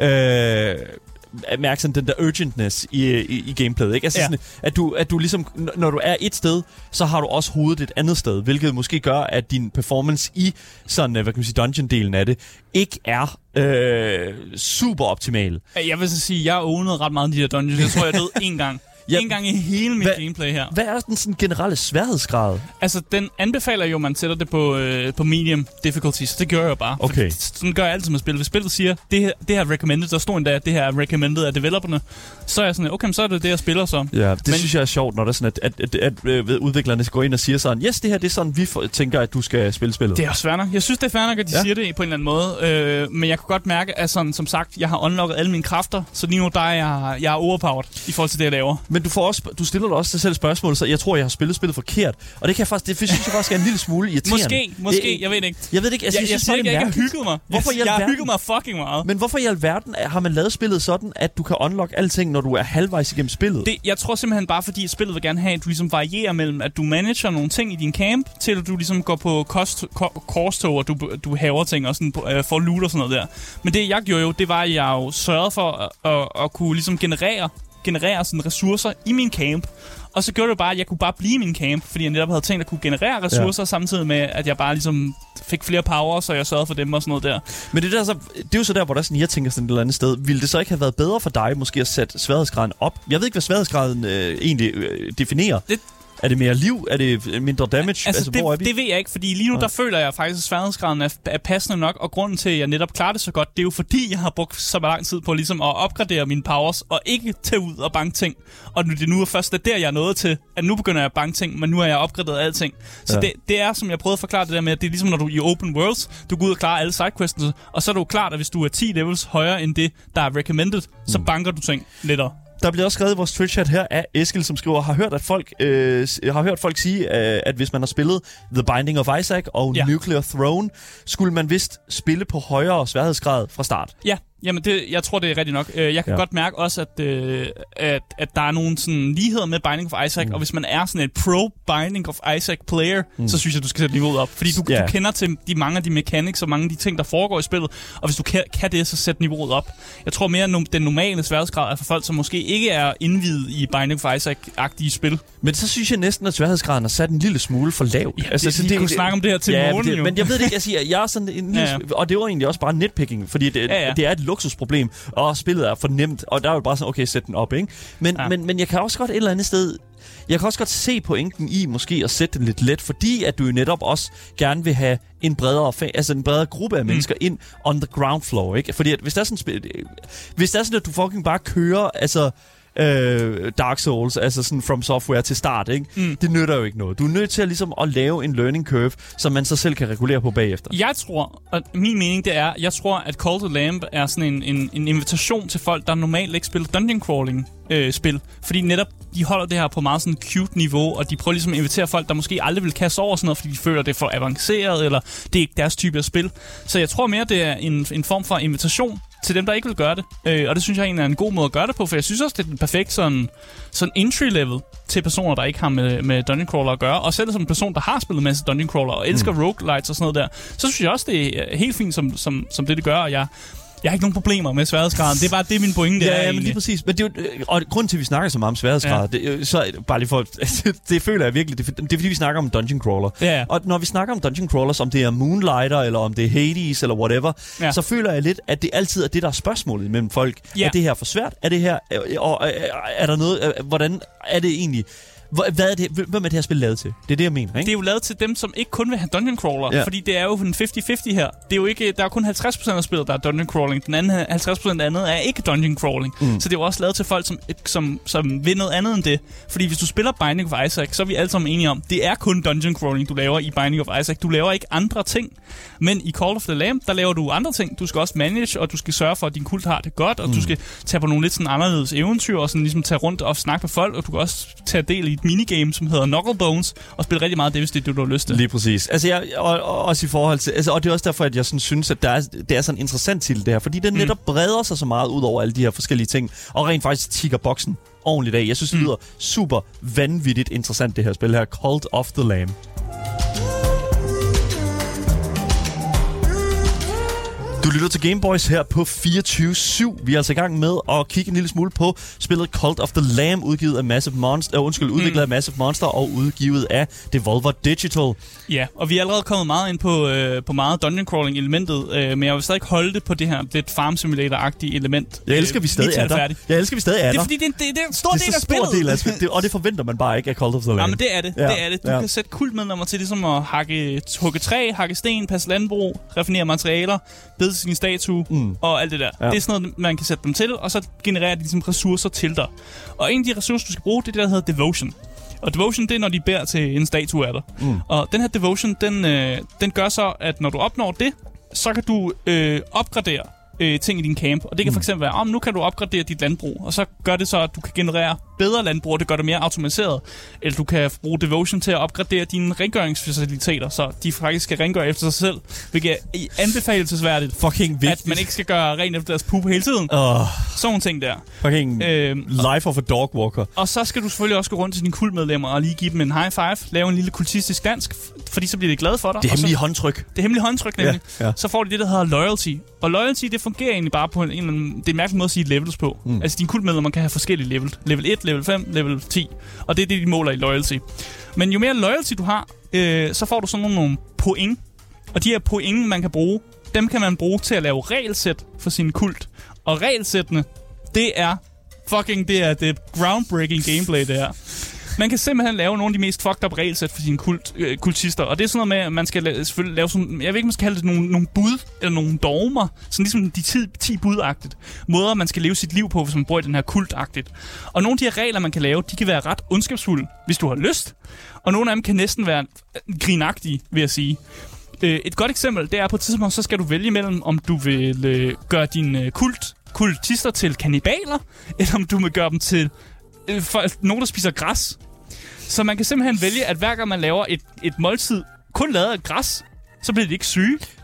B: øh, mærke sådan, den der urgentness i, i, i gameplayet. Ikke? Altså, ja. sådan, at, du, at du ligesom, når du er et sted, så har du også hovedet et andet sted, hvilket måske gør, at din performance i sådan, hvad kan man sige, dungeon-delen af det, ikke er øh, super optimal. Jeg vil så sige, jeg har ownet ret meget af de her dungeons. Jeg tror, jeg døde én gang. Ja, en gang i hele mit hva, gameplay her. Hvad er den sådan generelle sværhedsgrad? Altså, den anbefaler jo, at man sætter det på, øh, på medium difficulty, så det gør jeg jo bare. Okay. Sådan gør jeg altid med spil. Hvis spillet siger, det her, det her er recommended, der står endda, at det her er recommended af developerne, så er jeg sådan, okay, så er det det, jeg spiller så. Ja, det Men, synes jeg er sjovt, når det er sådan, at, at, at, at, at udviklerne går ind og siger sådan, yes, det her det er sådan, vi for, tænker, at du skal spille spillet. Det er også svært nok. Jeg synes, det er fair nok, at de ja. siger det på en eller anden måde. Øh, men jeg kunne godt mærke, at sådan, som sagt, jeg har unlocket alle mine kræfter, så lige nu der er jeg, jeg er overpowered i forhold til det, jeg laver. Men du får også, du stiller dig også til selv spørgsmål, så jeg tror, jeg har spillet spillet forkert. Og det kan jeg faktisk, det synes jeg faktisk er en lille smule irriterende. Måske, måske, jeg, jeg ved ikke. Jeg ved ikke, altså, jeg, jeg, jeg siger ikke, jeg ikke har hygget mig. Hvorfor jeg, jeg har hygget mig fucking meget. Men hvorfor i alverden har man lavet spillet sådan, at du kan unlock alting, når du er halvvejs igennem spillet? Det, jeg tror simpelthen bare, fordi spillet vil gerne have, at du ligesom varierer mellem, at du manager nogle ting i din camp, til at du ligesom går på korstog, og du, du haver ting og sådan, uh, får loot og sådan noget der. Men det jeg gjorde jo, det var, at jeg jo sørgede for at, at, at kunne ligesom generere generere sådan ressourcer i min camp. Og så gjorde det bare, at jeg kunne bare blive i min camp, fordi jeg netop havde tænkt at kunne generere ressourcer, ja. samtidig med, at jeg bare ligesom fik flere power, så jeg sørgede for dem og sådan noget der. Men det, der så, det er jo så der, hvor der sådan, jeg tænker sådan et eller andet sted, ville det så ikke have været bedre for dig, måske at sætte sværhedsgraden op? Jeg ved ikke, hvad sværhedsgraden øh, egentlig øh, definerer. Det Er det mere liv? Er det mindre damage? Altså, altså det, hvor er vi? Det ved jeg ikke, fordi lige nu ja. der føler jeg faktisk, at sværhedsgraden er, er passende nok, og grunden til, at jeg netop klarer det så godt, det er jo fordi, jeg har brugt så lang tid på ligesom at opgradere mine powers, og ikke tage ud og banke ting. Og det nu er først det der, jeg er nået til, at nu begynder jeg at banke ting, men nu har jeg opgraderet alting. Så ja. det, det er, som jeg prøvede at forklare det der med, at det er ligesom, når du i open worlds, du går ud og klarer alle sidequests, og så er du klart, at hvis du er ti levels højere end det, der er recommended, mm. så banker du ting lettere. Der bliver også skrevet i vores Twitch-chat her af Eskil, som skriver, har hørt, at folk, øh, har hørt folk sige, øh, at hvis man har spillet The Binding of Isaac og ja. Nuclear Throne, skulle man vist spille på højere sværhedsgrad fra start. Ja, jamen det, jeg tror, det er rigtigt nok. Jeg kan ja. godt mærke også, at, øh, at, at der er nogle sådan ligheder med Binding of Isaac, mm. og hvis man er sådan et pro-Binding of Isaac-player, mm. så synes jeg, du skal sætte niveauet op. Fordi du, yeah. du kender til de mange af de mechanics og mange af de ting, der foregår i spillet, og hvis du kan, kan det, så sæt niveauet op. Jeg tror mere, at den normale sværhedsgrad er for folk, som måske ikke er indvidet i Binding of Isaac-agtige spil.
A: Men så synes jeg næsten, at sværhedsgraden er sat en lille smule for lav.
B: Ja, altså, det, det, vi kunne det, snakke om det her til ja, morgen,
A: det,
B: jo.
A: Men jeg ved det ikke, jeg siger, jeg er sådan en lille, ja, ja. Og det var egentlig også bare nitpicking, fordi det, ja, ja. det er et luksusproblem, og spillet er for nemt, og der er jo bare sådan, okay, sæt den op, ikke? Men, ja. men, men jeg kan også godt et eller andet sted, jeg kan også godt se pointen i måske at sætte den lidt let, fordi at du jo netop også gerne vil have en bredere, altså en bredere gruppe af mm. mennesker ind on the ground floor, ikke? Fordi at hvis der er sådan, spil, hvis der er sådan, at du fucking bare kører, altså Øh, Dark Souls, altså sådan From Software til start, ikke? Mm. Det nytter jo ikke noget. Du er nødt til at, ligesom, at lave en learning curve, som man så selv kan regulere på bagefter.
B: Jeg tror, og min mening det er, jeg tror, at Call of the Lamb er sådan en, en, en invitation til folk, der normalt ikke spiller dungeon crawling øh, spil. Fordi netop, de holder det her på meget sådan cute niveau, og de prøver ligesom at invitere folk, der måske aldrig vil kaste over sådan noget, fordi de føler, det er for avanceret, eller det er ikke deres type af spil. Så jeg tror mere, det er en, en form for invitation til dem, der ikke vil gøre det. Øh, og det synes jeg egentlig er en god måde at gøre det på, for jeg synes også, det er den perfekt sådan, sådan entry-level til personer, der ikke har med, med Dungeon Crawler at gøre. Og selv som en person, der har spillet en masse Dungeon Crawler og elsker mm. roguelites og sådan noget der, så synes jeg også, det er helt fint, som, som, som det, det gør. Og jeg, jeg har ikke nogen problemer med sværhedsgraden. Det er bare det, min pointe
A: ja,
B: er.
A: Ja, men lige præcis. Men det er jo, og grunden til, at vi snakker så meget om sværhedsgrad, ja. det, så bare lige for, det føler jeg virkelig, det, det er fordi, vi snakker om Dungeon Crawler.
B: Ja.
A: Og når vi snakker om Dungeon Crawlers, om det er Moonlighter, eller om det er Hades, eller whatever, ja. så føler jeg lidt, at det altid er det, der er spørgsmålet mellem folk. Ja. Er det her for svært? Er det her, og er der noget, hvordan er det egentlig? Hvad er det, hvem er det her spil lavet til? Det er det, jeg mener, ikke?
B: Det er jo lavet til dem, som ikke kun vil have dungeon crawler, ja. fordi det er jo en halvtreds halvtreds her. Det er jo ikke, der er kun halvtreds procent af spillet, der er dungeon crawling. Den anden halvtreds procent andet er ikke dungeon crawling. Mm. Så det er jo også lavet til folk, som, som, som vil noget andet end det. Fordi hvis du spiller Binding of Isaac, så er vi alle sammen enige om, det er kun dungeon crawling, du laver i Binding of Isaac. Du laver ikke andre ting. Men i Call of the Lamb, der laver du andre ting. Du skal også manage, og du skal sørge for, at din kult har det godt, og mm. du skal tage på nogle lidt sådan anderledes eventyr, og sådan ligesom tage rundt og snakke med folk, og du kan også tage del i et minigame, som hedder Knucklebones, og spille rigtig meget det, hvis det er det, du har lyst til.
A: Lige præcis. Altså, jeg, og, og også i forhold til, altså, og det er også derfor, at jeg sådan synes, at der er, det er sådan interessant til det her, fordi den mm. netop breder sig så meget ud over alle de her forskellige ting, og rent faktisk tigger boksen ordentligt af. Jeg synes, det lyder mm. super vanvittigt interessant, det her spil her, Cult of the Lamb. Du lytter til Gameboys her på fireogtyve syv. Vi er altså i gang med at kigge en lille smule på spillet Cult of the Lamb, udgivet af Massive Monster, uh, undskyld, udviklet mm. af Massive Monster og udgivet af Devolver Digital.
B: Ja, og vi er allerede kommet meget ind på, øh, på meget dungeon crawling elementet, øh, men jeg vil stadig holde det på det her lidt farm simulator-agtige element.
A: Jeg elsker, vi stadig er der. Jeg elsker, vi stadig er der.
B: Det er fordi, det er, det er en stor
A: det er
B: del af spillet.
A: Del af spillet. Og det forventer man bare ikke af Cult of the Lamb.
B: Ja, men det er det. Ja. Det er det. Du ja. kan sætte kultmedlemmer til ligesom at hakke, hugge træ, hakke sten, passe landbrug, raffinere materialer, bede sin statue mm. og alt det der. Ja. Det er sådan noget, man kan sætte dem til, og så genererer de ligesom ressourcer til dig. Og en af de ressourcer, du skal bruge, det er det, der hedder Devotion. Og Devotion, det er, når de beder til en statue af dig. Mm. Og den her Devotion, den, øh, den gør så, at når du opnår det, så kan du øh, opgradere øh, ting i din camp. Og det kan mm. for eksempel være, om nu kan du opgradere dit landbrug, og så gør det så, at du kan generere bedre landbrug, og det gør det mere automatiseret. Eller du kan bruge Devotion til at opgradere dine rengøringsfaciliteter, så de faktisk skal rengøre efter sig selv, hvilket er anbefalelsesværdigt.
A: Fucking vigtigt.
B: At man ikke skal gøre rent efter deres pup hele tiden.
A: Oh.
B: Sådan nogle ting der.
A: Fucking øhm, life of a dog walker.
B: Og så skal du selvfølgelig også gå rundt til dine kultmedlemmer og lige give dem en high five, lave en lille kultistisk dansk, fordi så bliver de glade for dig.
A: Det hemmelige
B: så,
A: håndtryk.
B: Det hemmelige håndtryk, nemlig.
A: Ja, ja.
B: Så får de det, der hedder loyalty. Og loyalty, det fungerer egentlig bare på en, en det er en mærkelig måde at sige levels på. Mm. Altså, dine kultmedlemmer kan have forskellige levels. Level et, level fem, level ti. Og det er det, de måler i loyalty. Men jo mere loyalty du har, øh, så får du sådan nogle, nogle point. Og de her point, man kan bruge, dem kan man bruge til at lave regelsæt for sin kult. Og regelsættene, det er fucking, det er det groundbreaking gameplay, det her. Man kan simpelthen lave nogle af de mest fucked up regelsæt for sine kult, øh, kultister. Og det er sådan noget med, at man skal la- selvfølgelig lave sådan, jeg ved ikke, man skal kalde det nogle, nogle bud, eller nogle dogmer. Sådan ligesom de ti, ti bud-agtigt. Måder, man skal leve sit liv på, hvis man bor i den her kult-agtigt. Og nogle af de her regler, man kan lave, de kan være ret ondskabsfulde, hvis du har lyst. Og nogle af dem kan næsten være grinagtige, vil jeg sige. Øh, et godt eksempel, det er på et tidspunkt, så skal du vælge mellem, om du vil øh, gøre din øh, kult, kultister til kannibaler, eller om du vil gøre dem til øh, for, nogen, der spiser græs. Så man kan simpelthen vælge, at hver gang man laver et, et måltid kun lavet af græs, så bliver de ikke syge.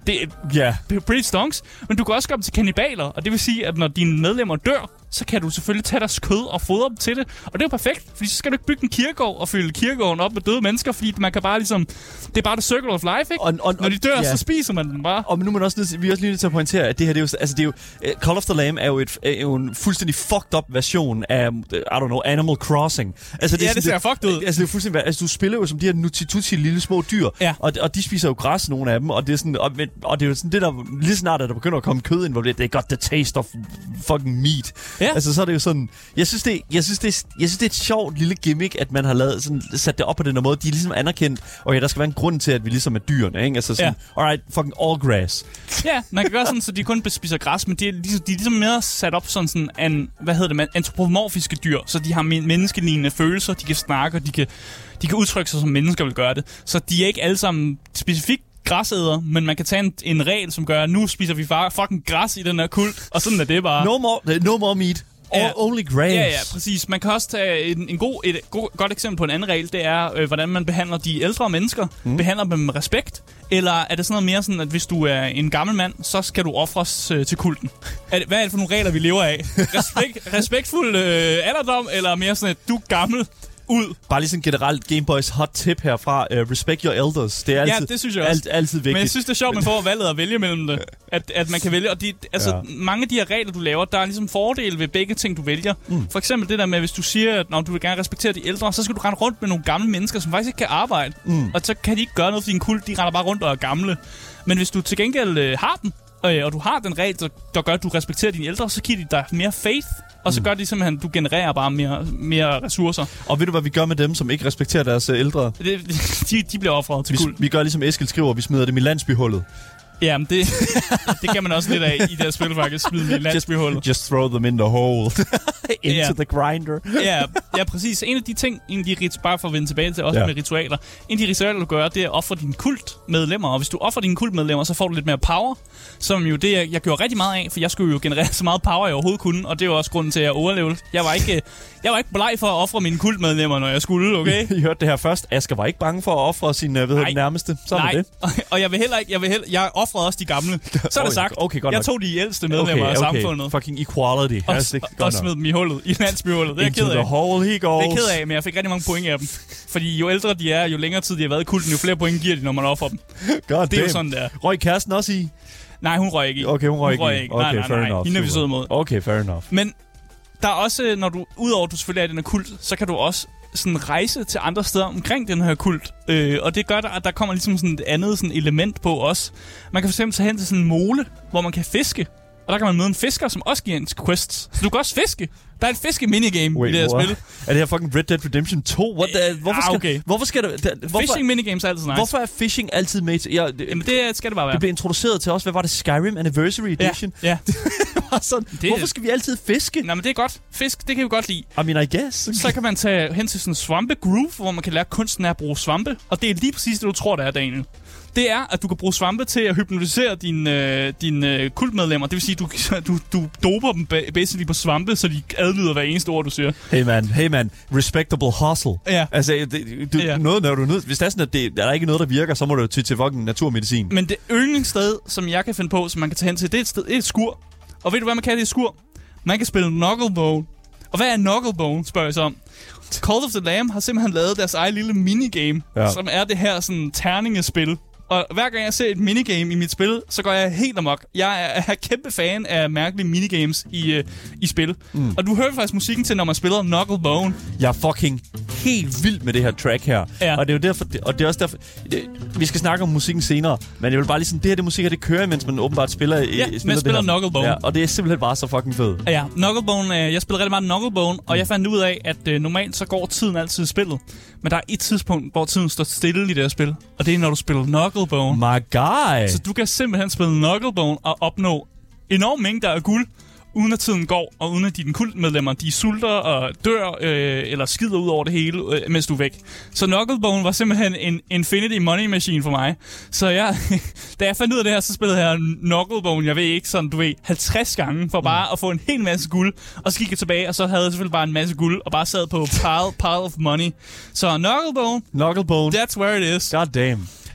B: Det er
A: Ja.
B: yeah. pretty stonks. Men du kan også gøre dem til kannibaler, og det vil sige, at når dine medlemmer dør, så kan du selvfølgelig tage deres kød og fodre dem til det. Og det er jo perfekt, fordi så skal du ikke bygge en kirkegård og fylde kirkegården op med døde mennesker, fordi man kan bare ligesom... Det er bare the circle of life, ikke?
A: Og, og,
B: når de dør,
A: ja.
B: så spiser man dem bare.
A: Og nu er man også nødt, vi er også lige nødt til at pointere, at det her, det er jo, altså det er jo, uh, Call of the Lamb er jo, et, er jo en fuldstændig fucked up version af, I don't know, Animal Crossing. Altså,
B: det ja, det ser det, fucked ud.
A: Altså, det er fuldstændig, altså, du spiller jo som de her nutti-tutti lille små dyr,
B: ja.
A: og, og de spiser jo græs, nogle af dem, og det er sådan, og, og det er jo sådan det der, lige snart, at der begynder at komme kød ind, hvor det er got the taste of fucking meat.
B: Ja.
A: Altså, så er det jo sådan, jeg synes, det, jeg synes, det, jeg synes, det er et sjovt lille gimmick, at man har lavet, sådan, sat det op på den her måde. De er ligesom anerkendt, og ja, der skal være en grund til, at vi ligesom er dyrene, ikke? Altså sådan, ja. Alright, fucking all grass.
B: Ja, man kan gøre sådan, så de kun spiser græs, men de er, ligesom, de er ligesom mere sat op sådan, sådan en, hvad hedder det, man, antropomorfiske dyr, så de har menneskelignende følelser, de kan snakke, og de kan, de kan udtrykke sig, som mennesker vil gøre det. Så de er ikke alle sammen specifikt græsæder, men man kan tage en, en regel, som gør, at nu spiser vi bare fucking græs i den her kult, og sådan er det bare.
A: No more, no more meat. Ja. Only grass.
B: Ja, ja, præcis. Man kan også tage en, en god, et god, godt eksempel på en anden regel, det er, øh, hvordan man behandler de ældre mennesker. Mm. Behandler dem med respekt. Eller er det sådan noget mere sådan, at hvis du er en gammel mand, så skal du ofres øh, til kulten? Er det, hvad er det for nogle regler, vi lever af? Respekt, respektfuld øh, alderdom, eller mere sådan, at du er gammel? Ud.
A: Bare lige sådan generelt Gameboys hot tip herfra. Uh, respect your elders. Det er altid,
B: ja, det synes jeg også.
A: Alt, altid vigtigt.
B: Men jeg synes, det er sjovt, man får valget at vælge mellem det. At, at man kan vælge. Og de, altså, ja. mange af de her regler, du laver, der er ligesom fordele ved begge ting, du vælger. Mm. For eksempel det der med, hvis du siger, at når du vil gerne respektere de ældre, så skal du rende rundt med nogle gamle mennesker, som faktisk ikke kan arbejde. Mm. Og så kan de ikke gøre noget for din kult. De render bare rundt og er gamle. Men hvis du til gengæld øh, har den, øh, og du har den regel, der, der gør, at du respekterer dine ældre, så giver de dig mere faith. Og så gør det simpelthen, at du genererer bare mere, mere ressourcer.
A: Og ved du, hvad vi gør med dem, som ikke respekterer deres uh, ældre?
B: Det, de, de bliver offret til kul.
A: Vi gør ligesom Eskild skriver, vi smider dem i landsbyhullet.
B: Jamen, det, det kan man også lidt af i det her spil, faktisk. Smide dem i landsbyhullet.
A: Just, just throw them in the hole. Into yeah. the grinder.
B: ja, ja, præcis. En af de ting, en af de rit- bare for at vende tilbage til, også yeah. med ritualer. En af de ritualer, du gør, det er at ofre dine kultmedlemmer. Og hvis du offer dine kultmedlemmer, så får du lidt mere power. Som jo det, jeg, jeg gjorde rigtig meget af, for jeg skulle jo generere så meget power, jeg overhovedet kunne. Og det er jo også grunden til, at jeg overlevede. Jeg var ikke, jeg var ikke bleg for at ofre mine kultmedlemmer, når jeg skulle, okay?
A: I hørte det her først. Asger var ikke bange for at ofre sin ved det, nærmeste. Sådan
B: Nej,
A: det.
B: Og, og jeg vil heller ikke, jeg vil heller, jeg offrede også de gamle. Så er det sagt.
A: Okay, godt
B: jeg
A: nok.
B: tog de ældste medlemmer
A: okay,
B: af
A: okay.
B: samfundet.
A: Fucking equality.
B: Og, og, og smed dem i hullet, i landsbyhullet. Det er jeg ked af.
A: The hole he goes.
B: Det er ked af, men jeg fik rigtig mange point af dem. Fordi jo ældre de er, jo længere tid de har været i kulten, jo flere point giver de, når man offer dem.
A: God
B: det er jo sådan, der.
A: Røg kæresten også i?
B: Nej, hun røg ikke i.
A: Okay, hun røg ikke,
B: hun røg ikke.
A: Okay,
B: nej, nej,
A: fair
B: nej.
A: enough.
B: Hende er vi søde mod.
A: Okay, fair enough.
B: Men der er også, når du, udover at du selvfølgelig er i den her kult, så kan du også sådan rejse til andre steder omkring den her kult. Øh, og det gør, at der kommer ligesom sådan et andet sådan element på også. Man kan for eksempel tage hen til sådan en mole, hvor man kan fiske. Og der kan man møde en fisker, som også giver en quest. Så du kan også fiske. Der er et fiske-minigame i det her what? spil.
A: Er det her fucking Red Dead Redemption to? What the, hvorfor, skal,
B: ah, okay.
A: hvorfor skal det... Der, hvorfor,
B: fishing-minigames er altid nice.
A: Hvorfor er fishing altid med til... Ja, det,
B: Jamen det skal det bare være.
A: Det blev introduceret til os. Hvad var det? Skyrim Anniversary Edition?
B: Ja. ja.
A: sådan, det, hvorfor skal vi altid fiske?
B: Nej, men det er godt. Fisk, det kan vi godt lide.
A: I mean, I guess.
B: Så kan man tage hen til sådan en svampe-groove, hvor man kan lære kunsten af at bruge svampe. Og det er lige præcis det, du tror, det er, Daniel. Det er, at du kan bruge svampe til at hypnotisere dine, øh, dine øh, kultmedlemmer. Det vil sige, at du, du, du doper dem basically på svampe, så de adlyder hver eneste ord, du siger.
A: Hey man, hey man, respectable hustle.
B: Ja.
A: Altså, det, du,
B: ja.
A: noget, når du nød, hvis der er sådan, at det, der er ikke noget, der virker, så må du til til fucking naturmedicin.
B: Men det yndlingssted, som jeg kan finde på, som man kan tage hen til, det er et, sted, det er et skur. Og ved du, hvad man kan det i skur? Man kan spille Knucklebone. Og hvad er Knucklebone, spørger jeg så om. Call of the Lamb har simpelthen lavet deres egen lille minigame, ja. som er det her sådan terningespil. Og hver gang jeg ser et minigame i mit spil, så går jeg helt amok. Jeg er, er kæmpe fan af mærkelige minigames i, uh, i spil. Mm. Og du hører faktisk musikken til, når man spiller Knucklebone.
A: Jeg er fucking helt vild med det her track her.
B: Ja.
A: Og det er jo derfor, og det er også derfor, det, vi skal snakke om musikken senere, men jeg vil bare lige sådan, det her det musik her, det kører, mens man åbenbart spiller,
B: ja,
A: spiller,
B: man spiller Knucklebone.
A: Ja, og det er simpelthen bare så fucking fedt.
B: Ja, Knucklebone, øh, jeg spiller rigtig meget Knucklebone, og jeg fandt ud af, at øh, normalt så går tiden altid i spillet. Men der er et tidspunkt, hvor tiden står stille i det her spil, og det er, når du spiller Knucklebone.
A: My guy!
B: Så du kan simpelthen spille Knucklebone og opnå enorme mængder af guld, uden at tiden går, og uden at dine kultmedlemmer, de sulter og dør, øh, eller skider ud over det hele, øh, mens du er væk. Så Knucklebone var simpelthen en infinity money machine for mig. Så jeg, da jeg fandt ud af det her, så spillede jeg Knucklebone, jeg ved ikke, sådan du ved, halvtreds gange, for bare mm. at få en hel masse guld, og så gik jeg tilbage, og så havde jeg selvfølgelig bare en masse guld, og bare sad på pile, pile of money. Så Knucklebone,
A: Knucklebone,
B: that's where it is.
A: God damn.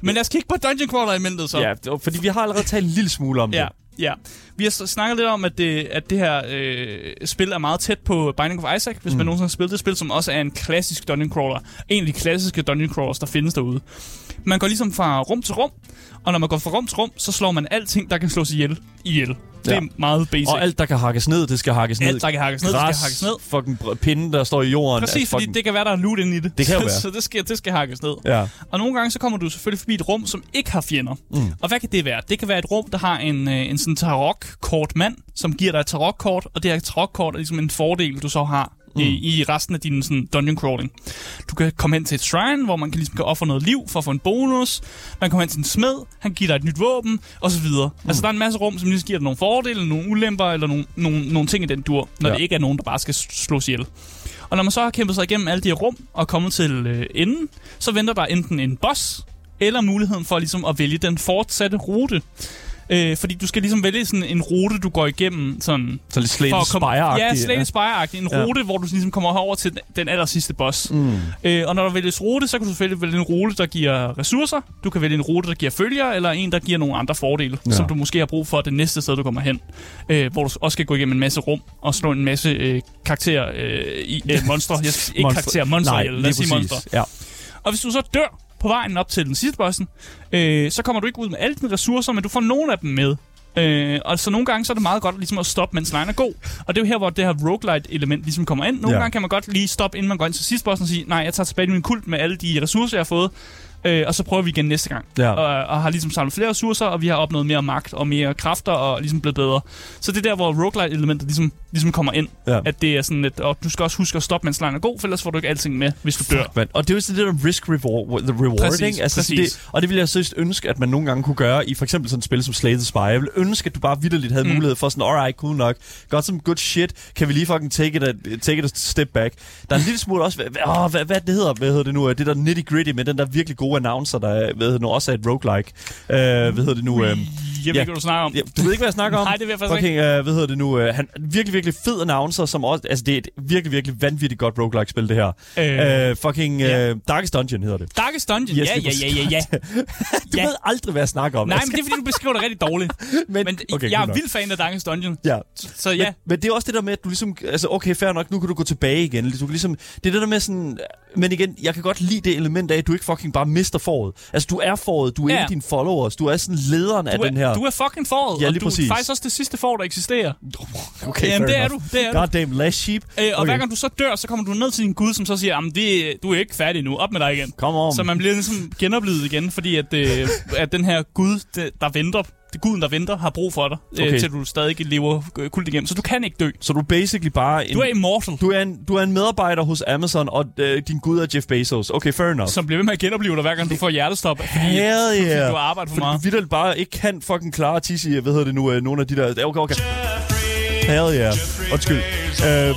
B: Men lad os kigge på Dungeon Crawler-elementet så.
A: Ja, fordi vi har allerede talt en lille smule om
B: ja.
A: det.
B: Ja, vi har snakket lidt om, at det, at det her øh, spil er meget tæt på Binding of Isaac, hvis mm. man nogensinde har spillet det spil, som også er en klassisk dungeon crawler. En af de klassiske dungeon crawlers, der findes derude. Man går ligesom fra rum til rum, og når man går fra rum til rum, så slår man alting, der kan slås ihjel, ihjel. Det er ja. meget basic.
A: Og alt, der kan hakkes ned, det skal hakkes ned.
B: Alt, der kan hakkes ned,
A: Græs,
B: det skal hakkes ned.
A: Fucking pinde, der står i jorden.
B: Præcis, fordi
A: fucking...
B: det kan være, der er loot inde i det.
A: Det kan jo være.
B: Så det skal, det skal hakkes ned.
A: Ja.
B: Og nogle gange, så kommer du selvfølgelig forbi et rum, som ikke har fjender. Mm. Og hvad kan det være? Det kan være et rum, der har en, en sådan tarokkort mand, som giver dig et tarokkort, og det her tarokkort er ligesom en fordel, du så har. Mm. I, i resten af din sådan, dungeon crawling. Du kan komme hen til et shrine, hvor man kan, ligesom, kan ofre noget liv for at få en bonus. Man kan komme hen til en smed, han giver dig et nyt våben, og så videre. Mm. Altså, der er en masse rum, som ligesom giver dig nogle fordele, nogle ulemper, eller nogle, nogle, nogle ting i den dur, når ja. det ikke er nogen, der bare skal slås ihjel. Og når man så har kæmpet sig igennem alle de her rum, og kommet til øh, enden, så venter der enten en boss, eller muligheden for ligesom, at vælge den fortsatte rute. Øh, fordi du skal ligesom vælge sådan en rute, du går igennem sådan...
A: Så lidt Slay the Spire-agtig.
B: Ja, Slay the Spire-agtig. En rute, ja. hvor du ligesom kommer over til den aller sidste boss. Mm. Øh, og når der vælges rute, så kan du selvfølgelig vælge en rute, der giver ressourcer. Du kan vælge en rute, der giver følgere, eller en, der giver nogle andre fordele, ja. som du måske har brug for det næste sted, du kommer hen. Øh, hvor du også skal gå igennem en masse rum og slå en masse øh, karakterer øh, i øh, monstre. Jeg skal, ikke karakterer, monstre. Nej, lad os sige monstre.
A: Ja.
B: Og hvis du så dør på vejen op til den sidste bossen, øh, så kommer du ikke ud med alle dine ressourcer, men du får nogle af dem med. Øh, og så nogle gange så er det meget godt ligesom at stoppe, mens lejen er god. Og det er jo her, hvor det her roguelite-element ligesom kommer ind. Nogle ja. gange kan man godt lige stoppe, inden man går ind til sidste bossen og sige, nej, jeg tager tilbage i min kult med alle de ressourcer, jeg har fået. Øh, og så prøver vi igen næste gang. Ja. Og, og har ligesom samlet flere ressourcer, og vi har opnået mere magt og mere kræfter, og ligesom blevet bedre. Så det er der, hvor roguelite-elementet ligesom, ligesom kommer ind. Ja. At det er sådan lidt, og du skal også huske at stoppe, mens lejen er god, for ellers får du ikke alting med, hvis du dør.
A: Fuck, man. Og det er jo sådan lidt om risk-reward, the reward,
B: præcis,
A: ikke? Altså,
B: præcis.
A: Det, og det ville jeg seriøst ønske, at man nogle gange kunne gøre i for eksempel sådan et spil som Slay the Spire. Jeg ville ønske, at du bare vitterligt havde mm. mulighed for sådan, alright, cool nok, got some good shit, kan vi lige fucking take it a, take it a step back. Der er en lille smule også, hvad, åh, hvad, hvad det hedder, hvad hedder det nu, det der nitty-gritty med den der virkelig gode announcer, der er, hvad hedder det nu, også er et roguelike. Uh, hvad hedder det nu? Uh,
B: jeg ved ja, ikke, hvad du snakker om.
A: Ja, du ved ikke, hvad jeg snakker om?
B: Nej, det ved jeg faktisk
A: fucking,
B: ikke.
A: Uh, hvad hedder det nu? Uh, han virkelig, virkelig fed announcer, som også, altså det er et virkelig, virkelig vanvittigt godt roguelike-spil, det her. Øh, uh, fucking uh, yeah. Darkest Dungeon hedder det.
B: Darkest Dungeon? Yes, ja, ja, ja, ja, ja.
A: Du ja. ved aldrig, hvad jeg snakker om.
B: Nej, men det er, fordi du beskriver det rigtig dårligt. men men okay, jeg er vild fan af Darkest Dungeon.
A: Ja.
B: Så ja.
A: Men, men det er også det der med, at du ligesom, altså okay, fair nok, nu kan du gå tilbage igen. Du kan ligesom, det er det der med sådan, men igen, jeg kan godt lide det element af, at du ikke fucking bare mister foråret. Altså, du er foråret, du er ja. en af dine followers, du er sådan lederen
B: du
A: af
B: er,
A: den her.
B: Du er fucking foråret,
A: ja,
B: og du
A: præcis.
B: er faktisk også det sidste får, der eksisterer.
A: Okay,
B: jamen, det er
A: enough.
B: du, det er du.
A: Goddamn last sheep.
B: Øh, og
A: okay.
B: hver gang du så dør, så kommer du ned til din gud, som så siger, jamen, det, du er ikke færdig nu, op med dig igen.
A: Come on.
B: Så man bliver ligesom genoplevet igen, fordi at, øh, at den her gud, der venter, det guden, der venter, har brug for dig, okay. øh, til du stadig lever kult igennem. Så du kan ikke dø.
A: Så du er basically bare en...
B: Du er immortal.
A: Du er en, du er en medarbejder hos Amazon, og øh, din gud er Jeff Bezos. Okay, fair enough.
B: Som bliver ved med at genopleve dig, hver gang du får hjertestop. Fordi,
A: Hell yeah.
B: fordi du har arbejdet for
A: fordi
B: meget.
A: Fordi vi bare ikke kan fucking klare at tisse i, hvad hedder det nu, øh, nogle af de der... Okay, okay. Hell yeah. Undskyld. Øh...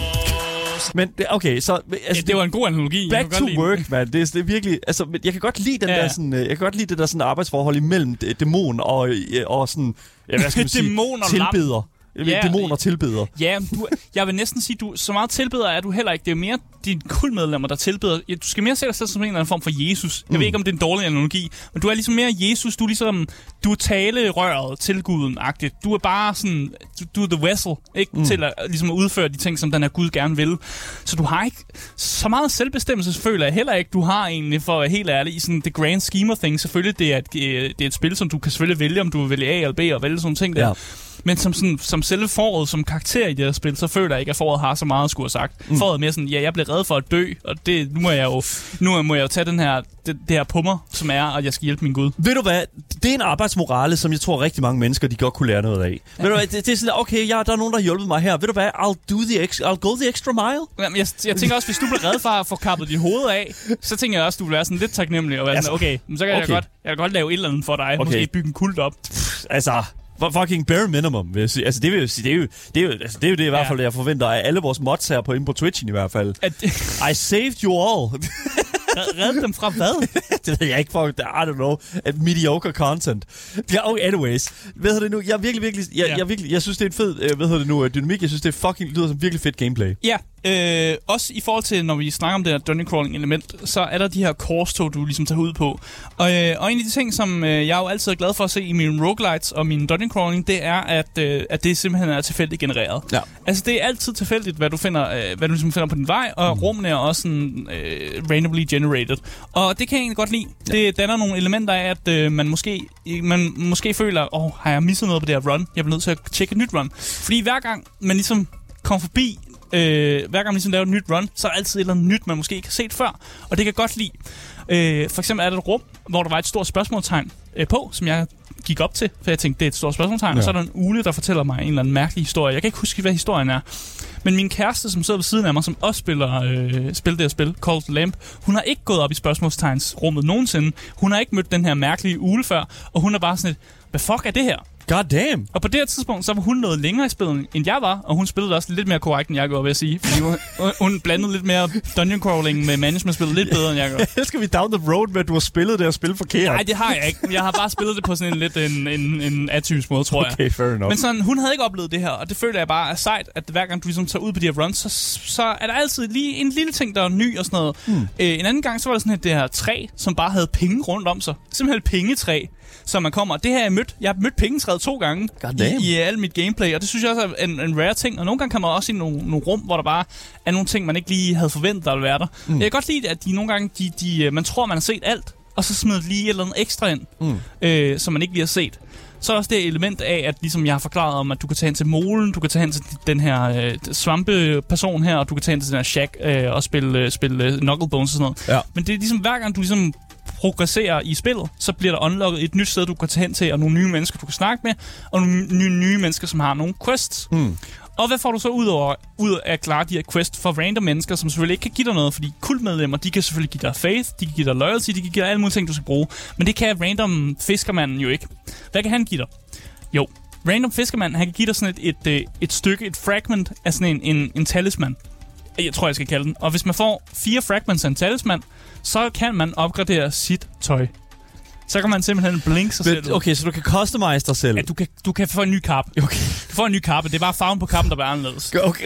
A: Men okay, så altså,
B: ja, det var en god analogi.
A: Back to work, man. Det er, det er virkelig, altså, jeg kan godt lide den ja. der sådan, jeg kan godt lide det der sådan arbejdsforhold imellem dæmon og og sådan, ja, hvad skal man sige, tilbeder. Ja, dæmoner tilbeder.
B: Ja, du, jeg vil næsten sige, du så meget tilbeder er du heller ikke. Det er mere dine kultmedlemmer, der tilbeder. Ja, du skal mere se dig selv som en eller anden form for Jesus. Jeg mm. ved ikke, om det er en dårlig analogi, men du er ligesom mere Jesus. Du er ligesom, du er talerøret til guden-agtigt. Du er bare sådan, du, du er the vessel, ikke? Mm. Til at, ligesom at udføre de ting, som den her Gud gerne vil. Så du har ikke så meget selvbestemmelse, føler jeg heller ikke. Du har egentlig, for at være helt ærlig, i sådan the grand scheme of things. Selvfølgelig, det er, et, det er et spil, som du kan selvfølgelig vælge, om du vil vælge A eller B og vælge sådan ting der. Ja. Men som, sådan, som selve foråret, som karakter i det her spil, så føler jeg ikke, at foråret har så meget at skulle have sagt. Mm. Foråret er mere sådan, ja, jeg blev reddet for at dø, og det, nu må jeg jo nu må jeg jo tage den her, det, det her på mig, som er, at jeg skal hjælpe min Gud.
A: Ved du hvad? Det er en arbejdsmorale, som jeg tror rigtig mange mennesker, de godt kunne lære noget af. Ja. Ved du hvad? Det, det er sådan, okay, ja, der er nogen, der har hjulpet mig her. Ved du hvad? I'll, do the ex- I'll go the extra mile.
B: Jamen, jeg, jeg tænker også, hvis du blev reddet for at få kappet dit hoved af, så tænker jeg også, du vil være sådan lidt taknemmelig, og være sådan, okay, så kan okay. jeg, godt, jeg kan godt lave et eller andet for dig. Okay. Måske bygge en kult op.
A: Pff, altså... Fucking bare minimum, vil jeg sige. Altså, det vil jeg sige, det er jo det, er jo, altså, det, er jo det i hvert fald, ja. jeg forventer af alle vores mods her på, inde på Twitchen i hvert fald. I saved you all.
B: Redde dem fra hvad?
A: Det ved jeg ikke, for I don't know. Mediocre content. Ja, okay, anyways. Hvad hedder det nu? Jeg er virkelig, virkelig... Jeg, ja. jeg, virkelig, jeg synes, det er en fed... Hvad hedder det nu? Dynamik. Jeg synes, det er fucking... lyder som virkelig fedt gameplay.
B: Ja. øh, også i forhold til, når vi snakker om det her dungeon crawling element, så er der de her course-tog, du ligesom tager ud på. Og, øh, og en af de ting, som øh, jeg jo altid er glad for at se i mine roguelites og min dungeon crawling, det er, at, øh, at det simpelthen er tilfældigt genereret. Ja. Altså, det er altid tilfældigt, hvad du finder, øh, hvad du ligesom finder på din vej, og mm. rummene er også sådan, øh, randomly generated. Og det kan jeg egentlig godt lide. Ja. Det danner nogle elementer af, at øh, man måske man måske føler, åh, oh, har jeg misset noget på det her run? Jeg bliver nødt til at tjekke et nyt run. Fordi hver gang man ligesom kommer forbi, øh, hver gang man ligesom laver et nyt run, så er der altid et eller andet nyt, man måske ikke har set før. Og det kan jeg godt lide. Øh, for eksempel er der et rum, hvor der var et stort spørgsmålstegn øh, på, som jeg gik op til, for jeg tænkte, det er et stort spørgsmålstegn. Ja. Og så er der en ugle, der fortæller mig en eller anden mærkelig historie. Jeg kan ikke huske, hvad historien er. Men min kæreste, som sidder ved siden af mig, som også spiller, øh, spiller det her spil, Call of the Lamp, hun har ikke gået op i spørgsmålstegnsrummet nogensinde. Hun har ikke mødt den her mærkelige ugle før, og hun er bare sådan et, hvad fuck er det her?
A: God damn.
B: Og på det her tidspunkt, så var hun noget længere i spillet, end jeg var, og hun spillede også lidt mere korrekt, end jeg gjorde, vil jeg sige. Fordi hun, hun blandede lidt mere dungeon crawling med management-spillet lidt bedre, end jeg gjorde.
A: Skal vi down the road med, at du har spillet det og spillet forkert?
B: Nej, det har jeg ikke. Jeg har bare spillet det på sådan en lidt en, en, en atypisk måde, tror jeg.
A: Okay, fair enough.
B: Men sådan, hun havde ikke oplevet det her, og det føler jeg bare er sejt, at hver gang du ligesom tager ud på de her runs, så, så er der altid lige en lille ting, der er ny og sådan noget. Hmm. Øh, en anden gang, så var der sådan et det her træ, som bare havde penge rundt om sig. Simpelthen et pengetræ. Så man kommer, det her jeg mødt, jeg har mødt pengetræet to gange i, i alt mit gameplay, og det synes jeg også er en, en rare ting, og nogle gange kan man også i nogle, nogle rum, hvor der bare er nogle ting, man ikke lige havde forventet, der ville være der. Mm. Jeg kan godt lide, at de nogle gange, de, de, man tror, man har set alt, og så smider lige et eller andet ekstra ind, mm. øh, som man ikke lige har set. Så er også det element af, at ligesom jeg har forklaret om, at du kan tage hen til molen, du kan tage hen til den her øh, svampeperson her, og du kan tage hen til den her shack øh, og spille, øh, spille øh, knucklebones og sådan noget. Ja. Men det er ligesom hver gang du ligesom progresserer i spillet, så bliver der unlocket et nyt sted, du kan tage hen til, og nogle nye mennesker, du kan snakke med, og nogle nye, nye mennesker, som har nogle quests. Mm. Og hvad får du så ud, over, ud af at klare de her quests for random mennesker, som selvfølgelig ikke kan give dig noget, fordi kultmedlemmer, de kan selvfølgelig give dig faith, de kan give dig loyalty, de kan give dig alle mulige ting, du skal bruge. Men det kan random fiskermanden jo ikke. Hvad kan han give dig? Jo, random fiskermanden, han kan give dig sådan et, et, et, et stykke, et fragment af sådan en, en, en talisman. Jeg tror, jeg skal kalde den. Og hvis man får fire fragments af en talisman, så kan man opgradere sit tøj. Så kan man simpelthen blinke sig selv.
A: Okay, så du kan customize dig selv?
B: Ja, du kan, du kan få en ny kappe. Okay. Du får en ny kappe. Det er bare farven på kappen, der bliver anderledes.
A: Okay,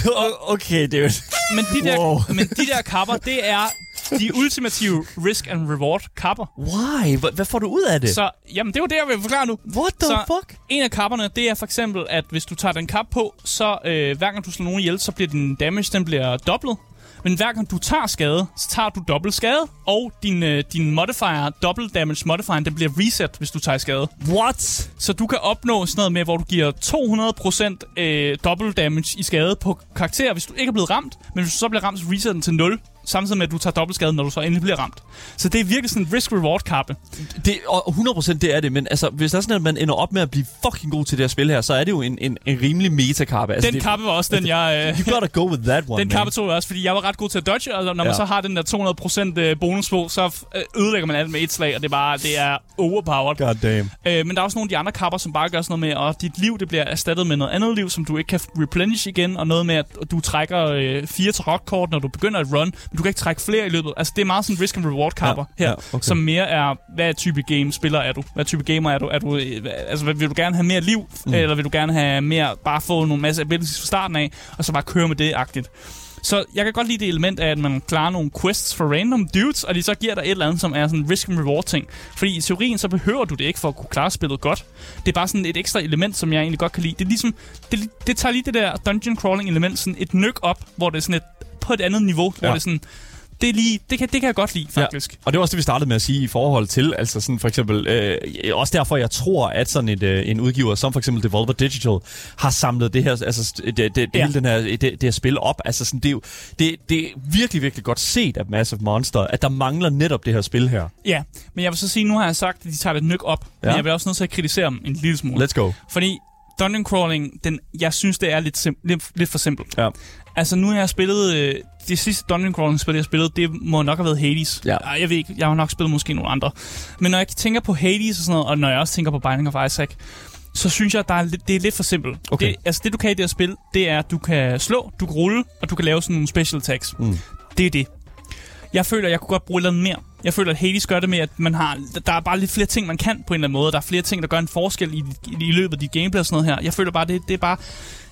A: okay, det er
B: men de der, wow. men de der kapper, det er de ultimative risk and reward kapper.
A: Why? Hvad får du ud af det?
B: Så, jamen, det er jo det, jeg vil forklare nu.
A: What the
B: så,
A: fuck?
B: En af kapperne, det er for eksempel, at hvis du tager den kap på, så øh, hver gang du slår nogen ihjel, så bliver din damage, den bliver dobblet. Men hver gang du tager skade, så tager du dobbelt skade, og din, øh, din modifier, double damage modifier, den bliver reset, hvis du tager skade.
A: What?
B: Så du kan opnå sådan noget med, hvor du giver to hundrede procent øh, double damage i skade på karakter, hvis du ikke er blevet ramt. Men hvis du så bliver ramt, så resetter den til nul. Samtidig med, at du tager dobbeltskade, når du så endelig bliver ramt. Så det er virkelig sådan en risk-reward-kappe.
A: Det, og hundrede procent det er det, men altså, hvis der er sådan, at man ender op med at blive fucking god til det her spil her, så er det jo en, en, en rimelig meta-kappe. Altså,
B: den
A: det,
B: kappe var også den, jeg...
A: Uh, you gotta go with that one,
B: Den kappe tog jeg også, fordi jeg var ret god til at dodge, og når man ja. så har den der to hundrede procent bonus på, så ødelægger man alt med et slag, og det er bare, det er overpowered.
A: God damn.
B: Uh, men der er også nogle af de andre kapper, som bare gør sådan noget med, at dit liv, det bliver erstattet med noget andet liv, som du ikke kan replenish igen, og noget med, at du trækker øh, fire tarotkort, når du begynder et run, men du kan ikke trække flere i løbet. Altså, det er meget sådan risk and reward kapper ja, her, ja, okay. som mere er, hvad type game spiller er du? Hvad type gamer er du? Er du altså, vil du gerne have mere liv, mm. eller vil du gerne have mere, bare få nogle masse abilities fra starten af, og så bare køre med det-agtigt? Så jeg kan godt lide det element af, at man klarer nogle quests for random dudes, og de så giver dig et eller andet, som er sådan en risk and reward ting. Fordi i teorien, så behøver du det ikke for at kunne klare spillet godt. Det er bare sådan et ekstra element, som jeg egentlig godt kan lide. Det er ligesom, det, det tager lige det der dungeon crawling element sådan et nyk op, hvor det er sådan et, på et andet niveau, ja. hvor det er sådan... Det, er lige, det, kan, det kan jeg godt lide, faktisk. Ja.
A: Og det var også det, vi startede med at sige i forhold til, altså sådan for eksempel, øh, også derfor, jeg tror, at sådan et, øh, en udgiver, som for eksempel Devolver Digital, har samlet det her, altså det, det, det, ja. hele den her, det, det her spil op. Altså sådan, det er jo, det, det er virkelig, virkelig godt set af Massive Monster, at der mangler netop det her spil her.
B: Ja, men jeg vil så sige, nu har jeg sagt, at de tager det nyk op, ja. men jeg vil også nødt til at kritisere dem en lille smule.
A: Let's go.
B: Fordi dungeon crawling, den, jeg synes, det er lidt, sim- lidt, lidt for simpelt. Ja. Altså, nu har jeg spillet... Øh, det sidste dungeon crawling-spil, jeg spillet, det må nok have været Hades. Ja. Jeg ved ikke, jeg har nok spillet måske nogle andre. Men når jeg tænker på Hades og sådan noget, og når jeg også tænker på Binding of Isaac, så synes jeg, at der er lidt, det er lidt for simpelt. Okay. Det, altså, det du kan i det her spil, det er, at du kan slå, du kan rulle, og du kan lave sådan nogle special attacks. Mm. Det er det. Jeg føler, at jeg kunne godt bruge lidt mere. Jeg føler, at Hades gør det med, at man har, der er bare lidt flere ting, man kan på en eller anden måde. Der er flere ting, der gør en forskel i, i, i løbet af dit gameplay og sådan noget her. Jeg føler bare, det, det er bare...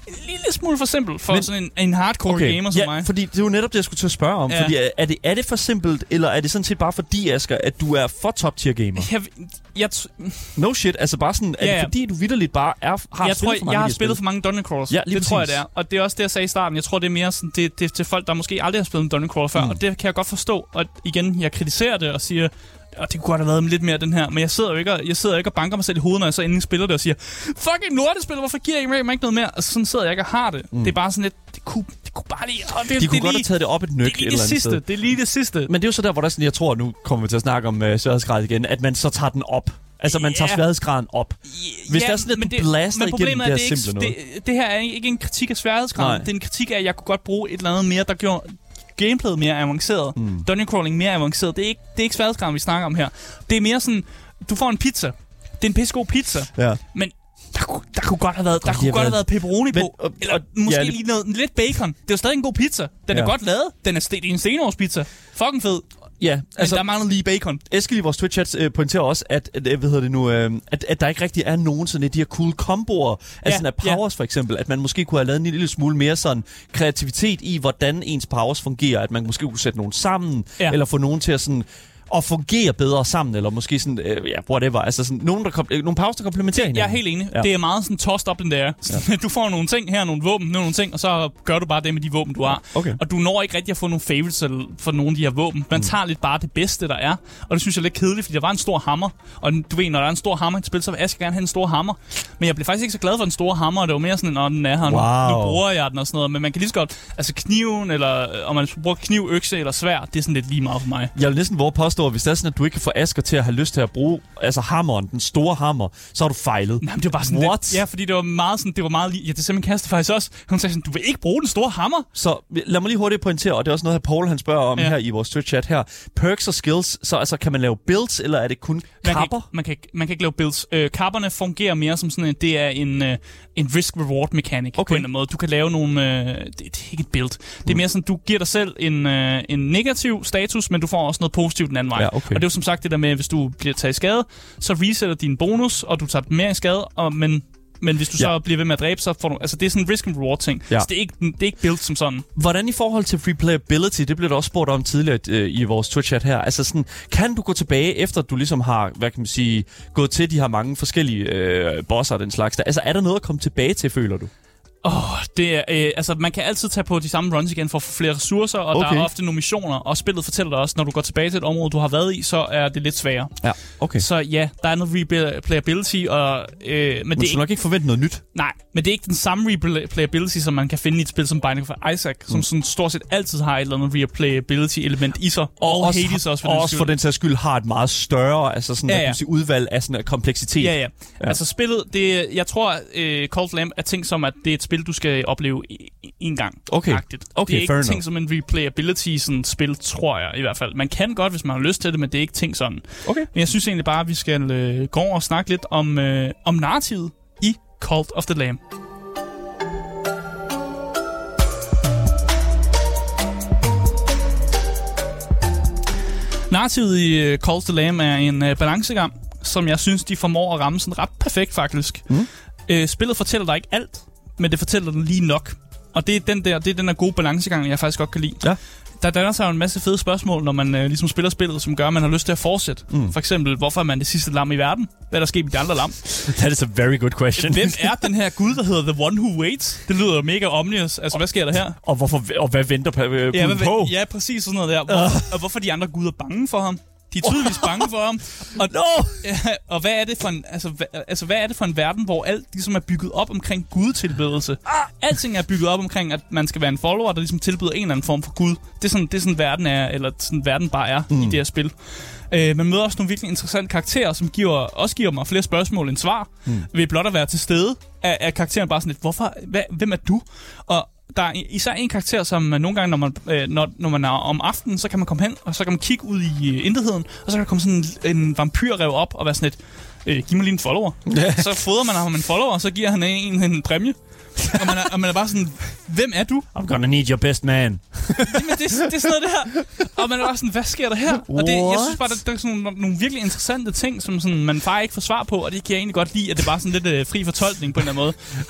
B: en lille smule for simpelt for Men, sådan en, en hardcore okay. gamer som
A: ja,
B: mig.
A: Fordi det er jo netop det, jeg skulle til at spørge om. Ja. Fordi er, er, det, er det for simpelt, eller er det sådan set bare fordi, Asger, at du er for top-tier gamer?
B: Jeg, jeg t-
A: no shit, altså bare sådan, er ja, ja. det fordi, du vitterligt bare er, har
B: jeg
A: spillet
B: tror,
A: for mange
B: jeg har
A: spil?
B: spillet for mange Dungeon Crawlers.
A: Ja,
B: det
A: præcis.
B: tror jeg, det er. Og det er også det, jeg sagde i starten. Jeg tror, det er mere sådan, det, det er til folk, der måske aldrig har spillet en Dungeon Crawler før. Mm. Og det kan jeg godt forstå. Og igen, jeg kritiserer det og siger, og det kunne godt have været lidt mere den her, men jeg sidder jo ikke og, jeg sidder ikke og banker mig selv i hovedet, når jeg så endelig spiller det og siger, fucking lortespil, hvorfor giver I mig ikke noget mere? Altså sådan sidder jeg ikke og har det. Mm. Det er bare sådan lidt, det kunne, det kunne bare lige... Oh, det,
A: De kunne
B: det
A: godt
B: lige,
A: have taget det op et nøk
B: det er lige det sidste,
A: sted.
B: det er lige det sidste.
A: Men det er jo så der, hvor der sådan, jeg tror, nu kommer vi til at snakke om uh, sværhedsgrad igen, at man så tager den op. Altså, man tager yeah. sværhedsgraden op. Hvis
B: ja,
A: der er sådan, at du
B: det,
A: blaster igennem det her simple noget.
B: Det, det her er ikke en kritik af sværhedsgraden. Nej. Det er en kritik af, at jeg kunne godt bruge et eller andet mere, der gjorde gameplayet mere avanceret. Mm. Dungeon crawling mere avanceret. Det er ikke, det er ikke sværhedsgraden, vi snakker om her. Det er mere sådan, du får en pizza. Det er en pissegod pizza. Ja. Men der kunne, der kunne godt have været, der kunne godt have været pepperoni på. Men, og, eller og, måske ja, lige noget, lidt bacon. Det er jo stadig en god pizza. Den ja. er godt lavet. Den er, st- det er en stenårspizza. Fucking fed. Ja, altså, men der mangler lige bacon.
A: Eskild i vores Twitch-chat øh, pointerer også, at, at, hvad hedder det nu, øh, at, at der ikke rigtig er nogen sådan de her cool komboer. Ja, altså sådan af powers ja. for eksempel. At man måske kunne have lavet en lille smule mere sådan kreativitet i, hvordan ens powers fungerer. At man måske kunne sætte nogen sammen, ja. eller få nogen til at sådan... og fungere bedre sammen, eller måske sådan, øh, ja, whatever. Altså sådan, nogen, der kom, nogle pauser, der komplementerer hinanden.
B: Jeg er helt enig. Ja. Det er meget sådan tossed up in there. Ja. Du får nogle ting her, nogle våben, nogle ting, og så gør du bare det med de våben, du har. Okay. Og du når ikke rigtig at få nogle favorites for nogle af de her våben. Man mm. tager lidt bare det bedste, der er. Og det synes jeg er lidt kedeligt, fordi der var en stor hammer. Og du ved, når der er en stor hammer i et spil, så vil jeg gerne have en stor hammer. Men jeg blev faktisk ikke så glad for en stor hammer, og det var mere sådan, når den er her, wow. nu, nu bruger jeg den og sådan noget. Men man kan lige så godt, altså kniven, eller om man bruger kniv, økse eller sværd, det er sådan lidt lige meget for mig. Jeg vil næsten våge påstå, at hvis det er sådan, at du ikke kan få Asger til at have lyst til at bruge altså hammeren, den store hammer, så har du fejlet. Nej, det var bare sådan What? Lidt, ja, fordi det var meget sådan, det var meget ja, det er simpelthen Kaste faktisk også. Hun sagde sådan, du vil ikke bruge den store hammer? Så lad mig lige hurtigt pointere, og det er også noget, her Paul han spørger om ja. her i vores Twitch-chat her. Perks og skills, så altså kan man lave builds, eller er det kun kapper? Man kan, man kan, man kan ikke lave builds. Øh, kapperne fungerer mere som sådan en, det er en, øh, en risk-reward mechanic okay. på en eller anden måde. Du kan lave nogle, øh, det, det er ikke et build. Det er mm. mere sådan, du giver dig selv en, øh, en negativ status, men du får også noget positivt den anden vej. Ja, okay. Og det er jo som sagt det der med, hvis du bliver taget i skade, så resetter din bonus, og du tager mere i skade, og, men, men hvis du ja. så bliver ved med at dræbe, så får du... Altså, det er sådan en risk and reward ting. Ja. Så det er, ikke, det er ikke built som sådan. Hvordan i forhold til replayability, det blev der også spurgt om tidligere øh, i vores Twitch-chat her. Altså sådan, kan du gå tilbage, efter du ligesom har, hvad kan man sige, gået til de her mange forskellige øh, bosser og den slags der? Altså, er der noget at komme tilbage til, føler du? Åh, oh, det er, øh, altså man kan altid tage på de samme runs igen for at få flere ressourcer, og okay. der er ofte nogle missioner, og spillet fortæller dig også, når du går tilbage til et område, du har været i, så er det lidt sværere. Ja, okay. Så ja, der er noget replayability, og... Øh, men, men det du skal nok ikke forvente noget nyt? Nej, men det er ikke den samme replayability, som man kan finde i et spil som Binding of Isaac, mm. som sådan stort set altid har et eller andet replayability-element i sig, og, og også, Hades også for og den også for den sags skyld har et meget større, altså sådan, ja, ja. Kan man sige, udvalg af sådan kompleksitet. Ja, ja, ja. Altså spillet, det, jeg tror, øh, Cult of the Lamb er ting som, at det er et spil, du skal opleve en gang. Okay. Okay, det er ikke ting som en replayability sådan spil, tror jeg i hvert fald. Man kan godt, hvis man har lyst til det, men det er ikke ting sådan. Okay. Men jeg synes egentlig bare, at vi skal øh, gå over og snakke lidt om, øh, om narrativet i Cult of the Lamb. Narrativet i uh, Cult of the Lamb er en uh, balancegang, som jeg synes, de formår at ramme sådan ret perfekt faktisk. Mm. Uh, spillet fortæller dig ikke alt, men det fortæller den lige nok. Og det er den der, det er den der gode balancegang, jeg faktisk godt kan lide. Ja. Der danner sig jo en masse fede spørgsmål, når man øh, ligesom spiller spillet, som gør, at man har lyst til at fortsætte. Mm. For eksempel, hvorfor er man det sidste lam i verden? Hvad er der sket med de andre lam? That is a very good question. Hvem er den her gud, der hedder The One Who Waits? Det lyder mega ominous. Altså, hvad sker der her? Og, hvorfor, og hvad venter på, øh, ja, hvad, på? Ja, præcis sådan noget der. Hvor, uh. Og hvorfor er de andre guder bange for ham? De er tydeligvis bange for ham. Og, no! ja, og hvad er det for en altså, hva, altså hvad er det for en verden, hvor alt ligesom er bygget op omkring gudtilbedelse? Alting er bygget op omkring, at man skal være en follower, der ligesom tilbyder en eller anden form for gud. Det er sådan, det er sådan verden er, eller sådan verden bare er mm. i det her spil. Uh, man møder også nogle virkelig interessante karakterer, som giver, også giver mig flere spørgsmål end svar. Mm. Ved blot at være til stede, er, er karakteren bare sådan lidt, hvorfor, hvad, hvem er du? Og der er især en karakter, som nogle gange, når man, øh, når, når man er om aftenen, så kan man komme hen, og så kan man kigge ud i øh, intetheden, og så kan der komme sådan en, en vampyrrev op og være sådan lidt, øh, giv mig lige en follower. Yeah. Så fodrer man ham en follower, og så giver han en, en præmie. og, man er, og man er bare sådan, hvem er du? I'm gonna need your best man. Jamen, det, det er sådan noget det her. Og man er bare sådan, hvad sker der her? What? Og det, jeg synes bare, der, der er sådan nogle, nogle virkelig interessante ting, som sådan, man bare ikke får svar på, og det kan jeg egentlig godt lide, at det er bare sådan lidt øh, fri fortolkning på en eller anden måde.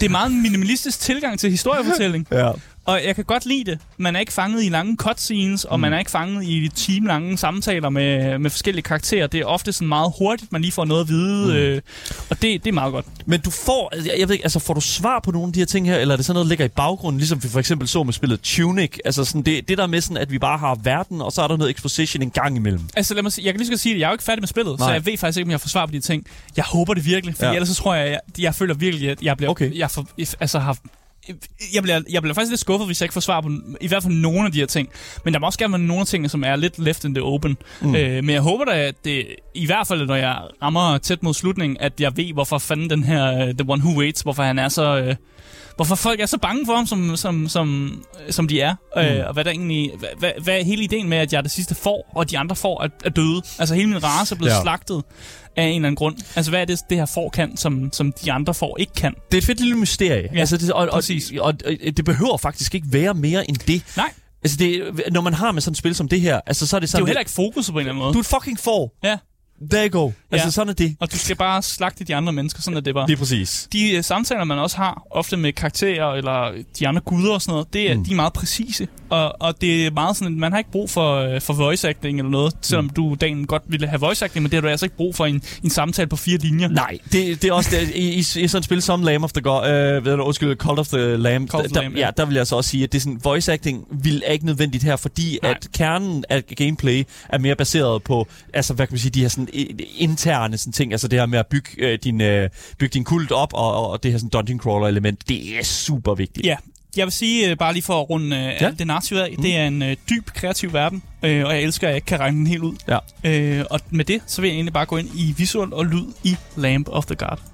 B: Det er meget en minimalistisk tilgang til historiefortælling.
A: Ja.
B: Og jeg kan godt lide det. Man er ikke fanget i lange cutscenes, og mm. man er ikke fanget i timelange samtaler med, med forskellige karakterer. Det er ofte sådan meget hurtigt, man lige får noget at vide, mm. øh, og det, det er meget godt.
A: Men du får, jeg ved ikke, altså får du svar på nogle af de her ting her, eller er det sådan noget, der ligger i baggrunden, ligesom vi for eksempel så med spillet Tunic? Altså sådan det, det der med sådan, at vi bare har verden, og så er der noget exposition en gang imellem.
B: Altså lad mig sige, jeg kan lige så sige det, jeg er jo ikke færdig med spillet, Nej. så jeg ved faktisk ikke, om jeg får svar på de ting. Jeg håber det virkelig, for ja. ellers så tror jeg, jeg, jeg føler virkelig, at jeg bliver, okay. jeg for, altså har Jeg bliver, jeg bliver faktisk lidt skuffet, hvis jeg ikke får svar på i hvert fald nogle af de her ting. Men der må også gerne være nogle af tingene, som er lidt left in the open. Mm. Øh, men jeg håber da, at det, i hvert fald, når jeg rammer tæt mod slutningen, at jeg ved, hvorfor fanden den her uh, The One Who Waits, hvorfor han er så... Uh, hvorfor folk er så bange for ham, som, som, som, som de er. Mm. Øh, og hvad der egentlig... Hvad, hvad, hvad er hele ideen med, at jeg er det sidste får, og de andre får er, er døde? Altså hele min race er blevet ja. slagtet af en eller anden grund. Altså hvad er det, det her får kan, som, som de andre får ikke kan? Det er et fedt lille mysterie. Ja, altså, det, og, og, og, og, og det behøver faktisk ikke være mere end det. Nej. Altså det, når man har med sådan et spil som det her, altså så er det sådan... Det er jo heller ikke fokus på en eller anden måde. Du er et fucking får. Ja. There you go. Altså, ja. sådan er det. Og du skal bare slagte de andre mennesker, sådan er det bare. Det er præcis. De uh, samtaler, man også har, ofte med karakterer eller de andre guder og sådan noget, det er, mm. de er meget præcise. Og, og det er meget sådan, at man har ikke brug for, uh, for voice acting eller noget, selvom mm. du dagen godt ville have voice acting, men det har du altså ikke brug for i en, en samtale på fire linjer. Nej, det, det er også det. I, i, i sådan et spil som Lamb of the God, øh, ved du, undskyld, Cult of the Lamb, Cult of the der, Lamb ja. ja, der vil jeg så også sige, at det er sådan, voice acting vil ikke nødvendigt her, fordi Nej. at kernen af gameplay er mere baseret på, altså hvad kan man sige, de her sådan interne sådan ting, altså det her med at bygge, øh, din, øh, bygge din kult op, og, og det her sådan dungeon crawler element, det er super vigtigt. Ja, jeg vil sige, øh, bare lige for at runde øh, ja. det narrativ af, mm. det er en øh, dyb, kreativ verden, øh, og jeg elsker, at jeg ikke kan regne den helt ud. Ja. Øh, og med det, så vil jeg egentlig bare gå ind i visuel og lyd i Lamb of the God.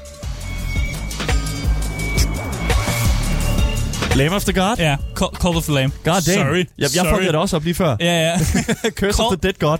B: Lamb of the God? Ja, Call, Call of the Lamb. God damn. Sorry. Jeg, jeg fuckede det også op lige før. Ja, ja. Curse Call, of the Dead God.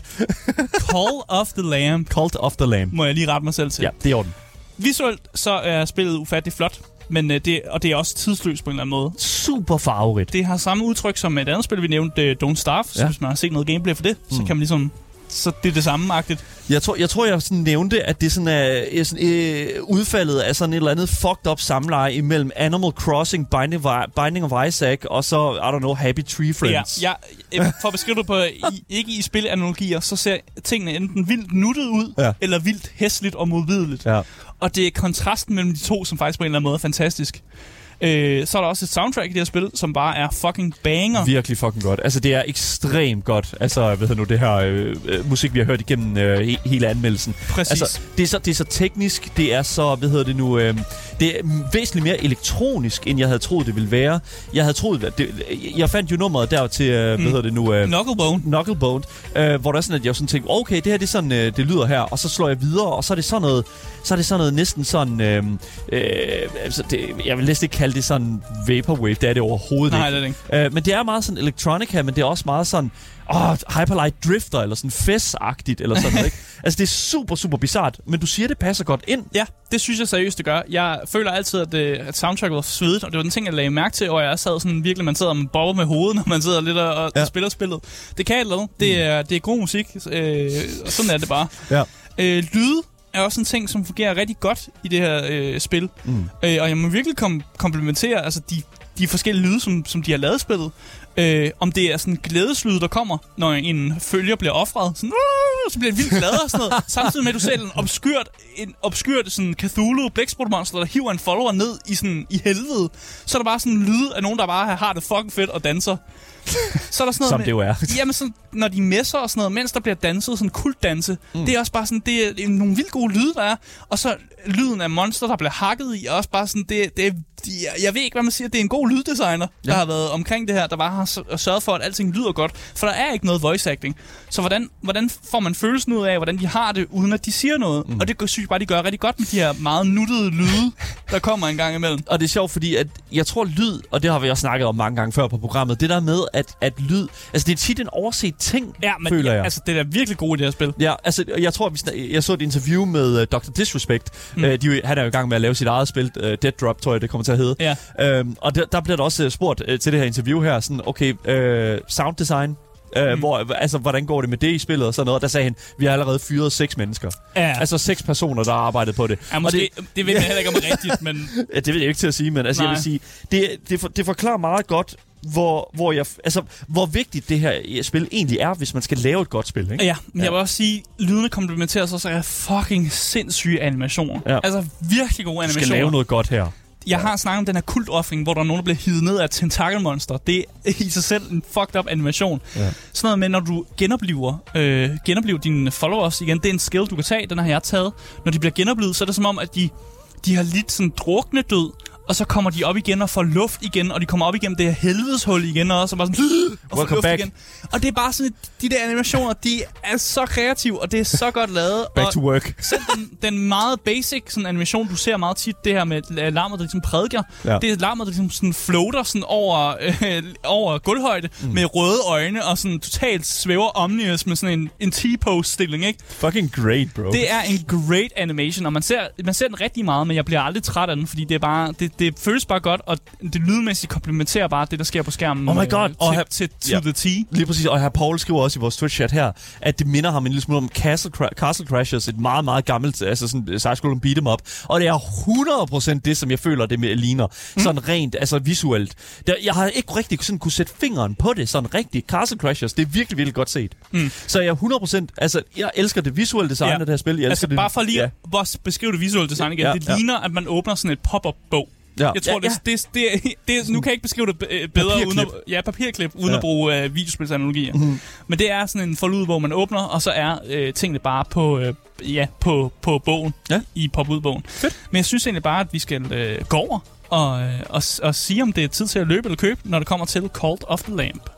B: Call of the Lamb. Cult of the Lamb. Må jeg lige rette mig selv til. Ja, det er orden. Visuelt så er spillet ufatteligt flot, men det, og det er også tidsløst på en eller anden måde. Super farverigt. Det har samme udtryk som et andet spil, vi nævnte, Don't Starve. Så ja. hvis man har set noget gameplay for det, mm. så kan man ligesom... Så det er det samme-agtigt. Jeg tror, jeg, tror, jeg sådan nævnte, at det sådan er, er sådan, øh, udfaldet af sådan et eller andet fucked up samleje imellem Animal Crossing, Binding of, Binding of Isaac og så, I don't know, Happy Tree Friends. Ja, ja, for at beskrive det på, i, ikke i spilanalogier, så ser tingene enten vildt nuttet ud, ja. eller vildt hæsligt og modbydeligt. Ja. Og det er kontrasten mellem de to, som faktisk på en eller anden måde er fantastisk. Øh, så er der også et soundtrack i det her spil, som bare er fucking banger. Virkelig fucking godt. Altså, det er ekstremt godt. Altså, hvad hedder nu, det her øh, musik, vi har hørt igennem øh, he- hele anmeldelsen. Præcis. Altså, det er, så, det er så teknisk, det er så, hvad hedder det nu, øh, det er væsentligt mere elektronisk, end jeg havde troet, det ville være. Jeg havde troet, at det, jeg fandt jo nummeret der til, øh, mm. hvad hedder det nu? Øh, Knucklebone. Knucklebone, øh, hvor der er sådan, at jeg sådan tænkte, okay, det her, det er sådan, øh, det lyder her, og så slår jeg videre, og så er det sådan noget, så er det sådan noget næsten sådan, øh, øh, altså, det, jeg vil næsten ikke kalde det sådan vaporwave, det er det overhovedet Nej, ikke. Det er det ikke. Uh, men det er meget sådan electronica, men det er også meget sådan åh, oh, Hyperlight Drifter, eller sådan fest-agtigt, eller sådan noget, ikke? Altså, det er super, super bizart, men du siger, det passer godt ind. Ja, det synes jeg seriøst, det gør. Jeg føler altid, at, det, at soundtracket var svedigt, og det var den ting, jeg lagde mærke til, og jeg sad sådan virkelig, man sidder med bobber med hovedet, når man sidder lidt og, og ja. spiller spillet. Det kan jeg noget. Det er, det er god musik, øh, og sådan er det bare. Ja. Øh, lyde er også en ting, som fungerer rigtig godt i det her øh, spil. Mm. Øh, og jeg må virkelig kom- komplimentere altså de, de forskellige lyde, som, som de har lavet spillet. Øh, om det er sådan glædeslyd, der kommer, når en følger bliver offret. Sådan, så bliver det vildt glad og sådan noget. Samtidig med, at du ser en obskyrt, en obskyrt sådan Cthulhu blæksprutmonster, der hiver en follower ned i, sådan, i helvede. Så er der bare sådan en lyd af nogen, der bare har det fucking fedt og danser. Så er der sådan noget
A: som
B: med,
A: det jo er.
B: Jamen sådan, når de messer og sådan noget, mens der bliver danset, sådan kultdanse, mm. det er også bare sådan, det er nogle vildt gode lyde, der er. Og så lyden af monster, der bliver hakket i, er også bare sådan, det, det er, jeg ved ikke, hvad man siger, det er en god lyddesigner, ja. der har været omkring det her, der bare har sørget for, at alting lyder godt, for der er ikke noget voice acting. Så hvordan, hvordan får man følelsen ud af, hvordan de har det, uden at de siger noget? Mm. Og det synes jeg bare, de gør rigtig godt med de her meget nuttede lyde, der kommer en gang imellem. Og det er sjovt, fordi at jeg tror lyd, og det har vi også snakket om mange gange før på programmet, det der med, at, at lyd, altså det er tit en overset ting, ja, men, føler jeg. Ja, altså det er virkelig godt i det her spil. Ja, altså jeg tror, vi snak- jeg så et interview med uh, doktor Disrespect. Mm. Uh, de, han er jo i gang med at lave sit eget spil, uh, Dead Drop, tror jeg, det kommer til at hedde. Ja. Um, og der, der bliver der også spurgt uh, til det her interview her, sådan, okay, uh, sound design,
A: Uh, mm. hvor, altså, hvordan går det med det i spillet og sådan noget? Der sagde han, vi har allerede fyret seks mennesker.
B: Ja.
A: Altså seks personer, der har arbejdet på det.
B: Ja, måske, det, det ved jeg heller ikke om rigtigt, men...
A: Ja, det vil jeg ikke til at sige, men altså, jeg vil sige, det, det, for, det forklarer meget godt, hvor, hvor, jeg, altså, hvor vigtigt det her spil egentlig er, hvis man skal lave et godt spil, ikke?
B: Ja, men ja. Jeg vil også sige, lydene komplementerer sig, så er fucking sindssyge animationer.
A: Ja.
B: Altså virkelig gode animationer.
A: Du skal lave noget godt her.
B: Jeg har snakket om den her kultoffring, hvor der er nogen, der bliver hivet ned af et tentakelmonster. Det er i sig selv en fucked up animation. Ja. Sådan noget med, når du genoplever, øh, genoplever dine followers igen, det er en skill, du kan tage. Den har jeg taget. Når de bliver genoplevet, så er det som om, at de, de har lidt sådan drukne død, og så kommer de op igen og får luft igen, og de kommer op igennem det her helvedeshul igen, og så bare sådan, og får luft back. igen. Og det er bare sådan, de der animationer, de er så kreative, og det er så godt lavet.
A: Back to work.
B: Selv den, den meget basic sådan animation, du ser meget tit, det her med lammet, der ligesom prædiker, ja. Det er lammet, der ligesom sådan floater sådan over, øh, over gulvhøjde, mm. med røde øjne, og sådan totalt svæver omnius med sådan en, en T-pose-stilling, ikke?
A: Fucking great, bro.
B: Det er en great animation, og man ser, man ser den rigtig meget, men jeg bliver aldrig træt af den, fordi det er bare... Det, det føles bare godt, og det lydmæssigt komplementerer bare det, der sker på skærmen.
A: Oh my god.
B: Øh, til,
A: og her,
B: til, til
A: ja,
B: the T.
A: Lige præcis. Og her Paul skriver også i vores Twitch-chat her, at det minder ham en lille smule om Castle, Cra- Castle Crashers, et meget, meget gammelt, altså sådan side-scrolling beat 'em up. Og det er hundrede procent det, som jeg føler, det med ligner. Mm. Sådan rent, altså visuelt. Der, jeg har ikke rigtig sådan kunne sætte fingeren på det, sådan rigtigt. Castle Crashers, det er virkelig, virkelig godt set. Mm. Så jeg er hundrede procent, altså jeg elsker det visuelle design ja. af det her spil. Jeg
B: altså
A: elsker
B: bare
A: det,
B: for lige
A: ja.
B: at beskrive det visuelle design igen.
A: Ja,
B: det
A: ja.
B: ligner, at man åbner sådan et pop-up-bog. Ja. Jeg tror, ja, ja. Det, det, det, det, nu kan jeg ikke beskrive det bedre
A: papirklip.
B: uden at, ja, papirklip, uden
A: ja.
B: at bruge uh, videospilsanalogier.
A: Mm-hmm.
B: Men det er sådan en forlud, hvor man åbner, og så er uh, tingene bare på, uh, ja, på, på bogen,
A: ja.
B: i pop-ud-bogen.
A: Fedt.
B: Men jeg synes egentlig bare, at vi skal uh, gå over og, uh, og, og sige, om det er tid til at løbe eller købe, når det kommer til Cult of the Lamp.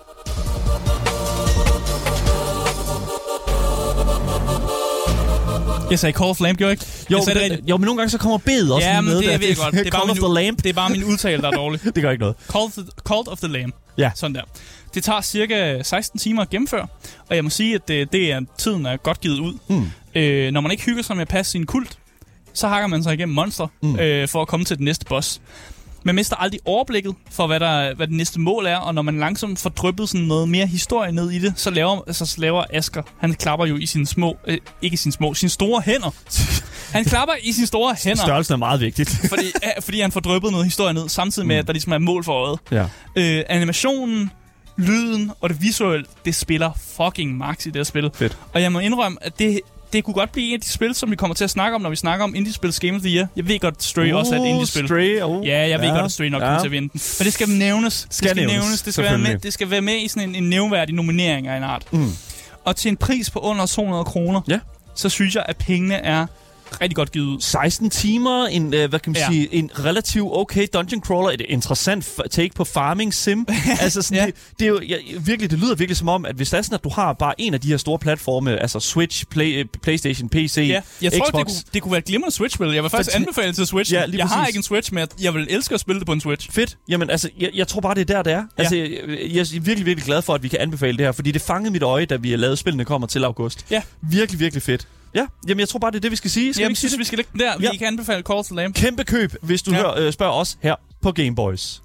B: Jeg sagde Call of the Lamp, gjorde jeg ikke?
A: Jo,
B: jeg sagde
A: det,
B: det
A: jo, men nogle gange så kommer bedet også
B: ja,
A: med.
B: Ja, det
A: der.
B: ved jeg godt. Det er, bare min,
A: the Lamp.
B: det er bare min udtale, der er dårlig.
A: Det gør ikke noget.
B: Call of the, Call of the Lamp.
A: Ja.
B: Sådan der. Det tager cirka seksten timer at gennemføre, og jeg må sige, at det, det er, tiden er godt givet ud. Mm. Øh, når man ikke hygger sig med at passe sin kult, så hakker man sig igennem monster mm. øh, for at komme til den næste boss. Man mister aldrig overblikket for, hvad, der, hvad det næste mål er, og når man langsomt får dryppet sådan noget mere historie ned i det, så laver, altså, så laver Asger, han klapper jo i sine små, øh, ikke sine små, sine store hænder. Han klapper i sine store hænder.
A: Størrelsen er meget vigtigt.
B: fordi, øh, fordi han får dryppet noget historie ned, samtidig med, mm. at der ligesom er mål for øjet.
A: Ja.
B: Øh, animationen, lyden og det visuelle, det spiller fucking max i det her spil.
A: Fedt.
B: Og jeg må indrømme, at det... Det kunne godt blive en af de spil, som vi kommer til at snakke om, når vi snakker om Indie-spils Game of the Year. Jeg ved godt, Stray uh, også er et Indie-spil.
A: Stray, uh,
B: ja, jeg ved
A: ja,
B: godt, at Stray nok
A: ja.
B: kommer til at vinde den. Men det skal nævnes.
A: Skal
B: det skal
A: nævnes.
B: nævnes. Det skal, være med, det skal være med i sådan en, en nævnværdig nominering af en art. Mm. Og til en pris på under to hundrede kroner, ja. Så synes jeg, at pengene er rigtig godt givet ud.
A: seksten timer, en, øh, hvad kan man ja. sige, en relativt okay dungeon crawler, et interessant take på farming sim. altså sådan, ja. det, det er jo ja, virkelig, det lyder virkelig som om, at hvis det er sådan, at du har bare en af de her store platforme, altså Switch, Play, PlayStation, P C,
B: ja. Jeg tror,
A: Xbox.
B: Det kunne, det kunne være et glimrende Switch-spil. Jeg vil faktisk
A: Fedt.
B: anbefale til Switch.
A: Ja,
B: jeg har ikke en Switch, men jeg vil elske at spille det på en Switch.
A: Fedt. Jamen altså, jeg, jeg tror bare, det er der, det er. Ja. Altså, jeg, jeg er virkelig, virkelig glad for, at vi kan anbefale det her, fordi det fangede mit øje, da vi lavede spillene kommer til august.
B: Ja.
A: Virkelig, virkelig fedt. Ja, jamen jeg tror bare, det er det, vi skal sige. Skal
B: jamen,
A: vi
B: jeg synes,
A: det?
B: vi skal lægge den der. Ja. Vi kan anbefale Call of the Lamp.
A: Kæmpe køb, hvis du ja. hører, øh, spørger os her på Game Boys.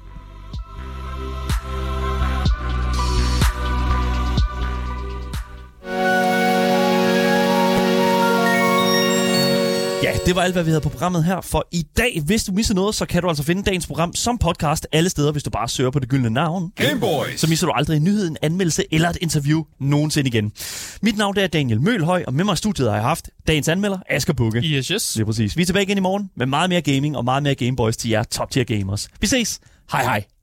A: Ja, det var alt, hvad vi havde på programmet her for i dag. Hvis du misser noget, så kan du altså finde dagens program som podcast alle steder, hvis du bare søger på det gyldne navn.
C: Game Boys.
A: Så misser du aldrig en nyhed, en anmeldelse eller et interview nogensinde igen. Mit navn er Daniel Mølhøj, og med mig i studiet har jeg haft dagens anmelder, Asger Bugge.
B: Yes, yes.
A: Det er præcis. Vi er tilbage igen i morgen med meget mere gaming og meget mere Game Boys til jer top tier gamers. Vi ses. Hej hej.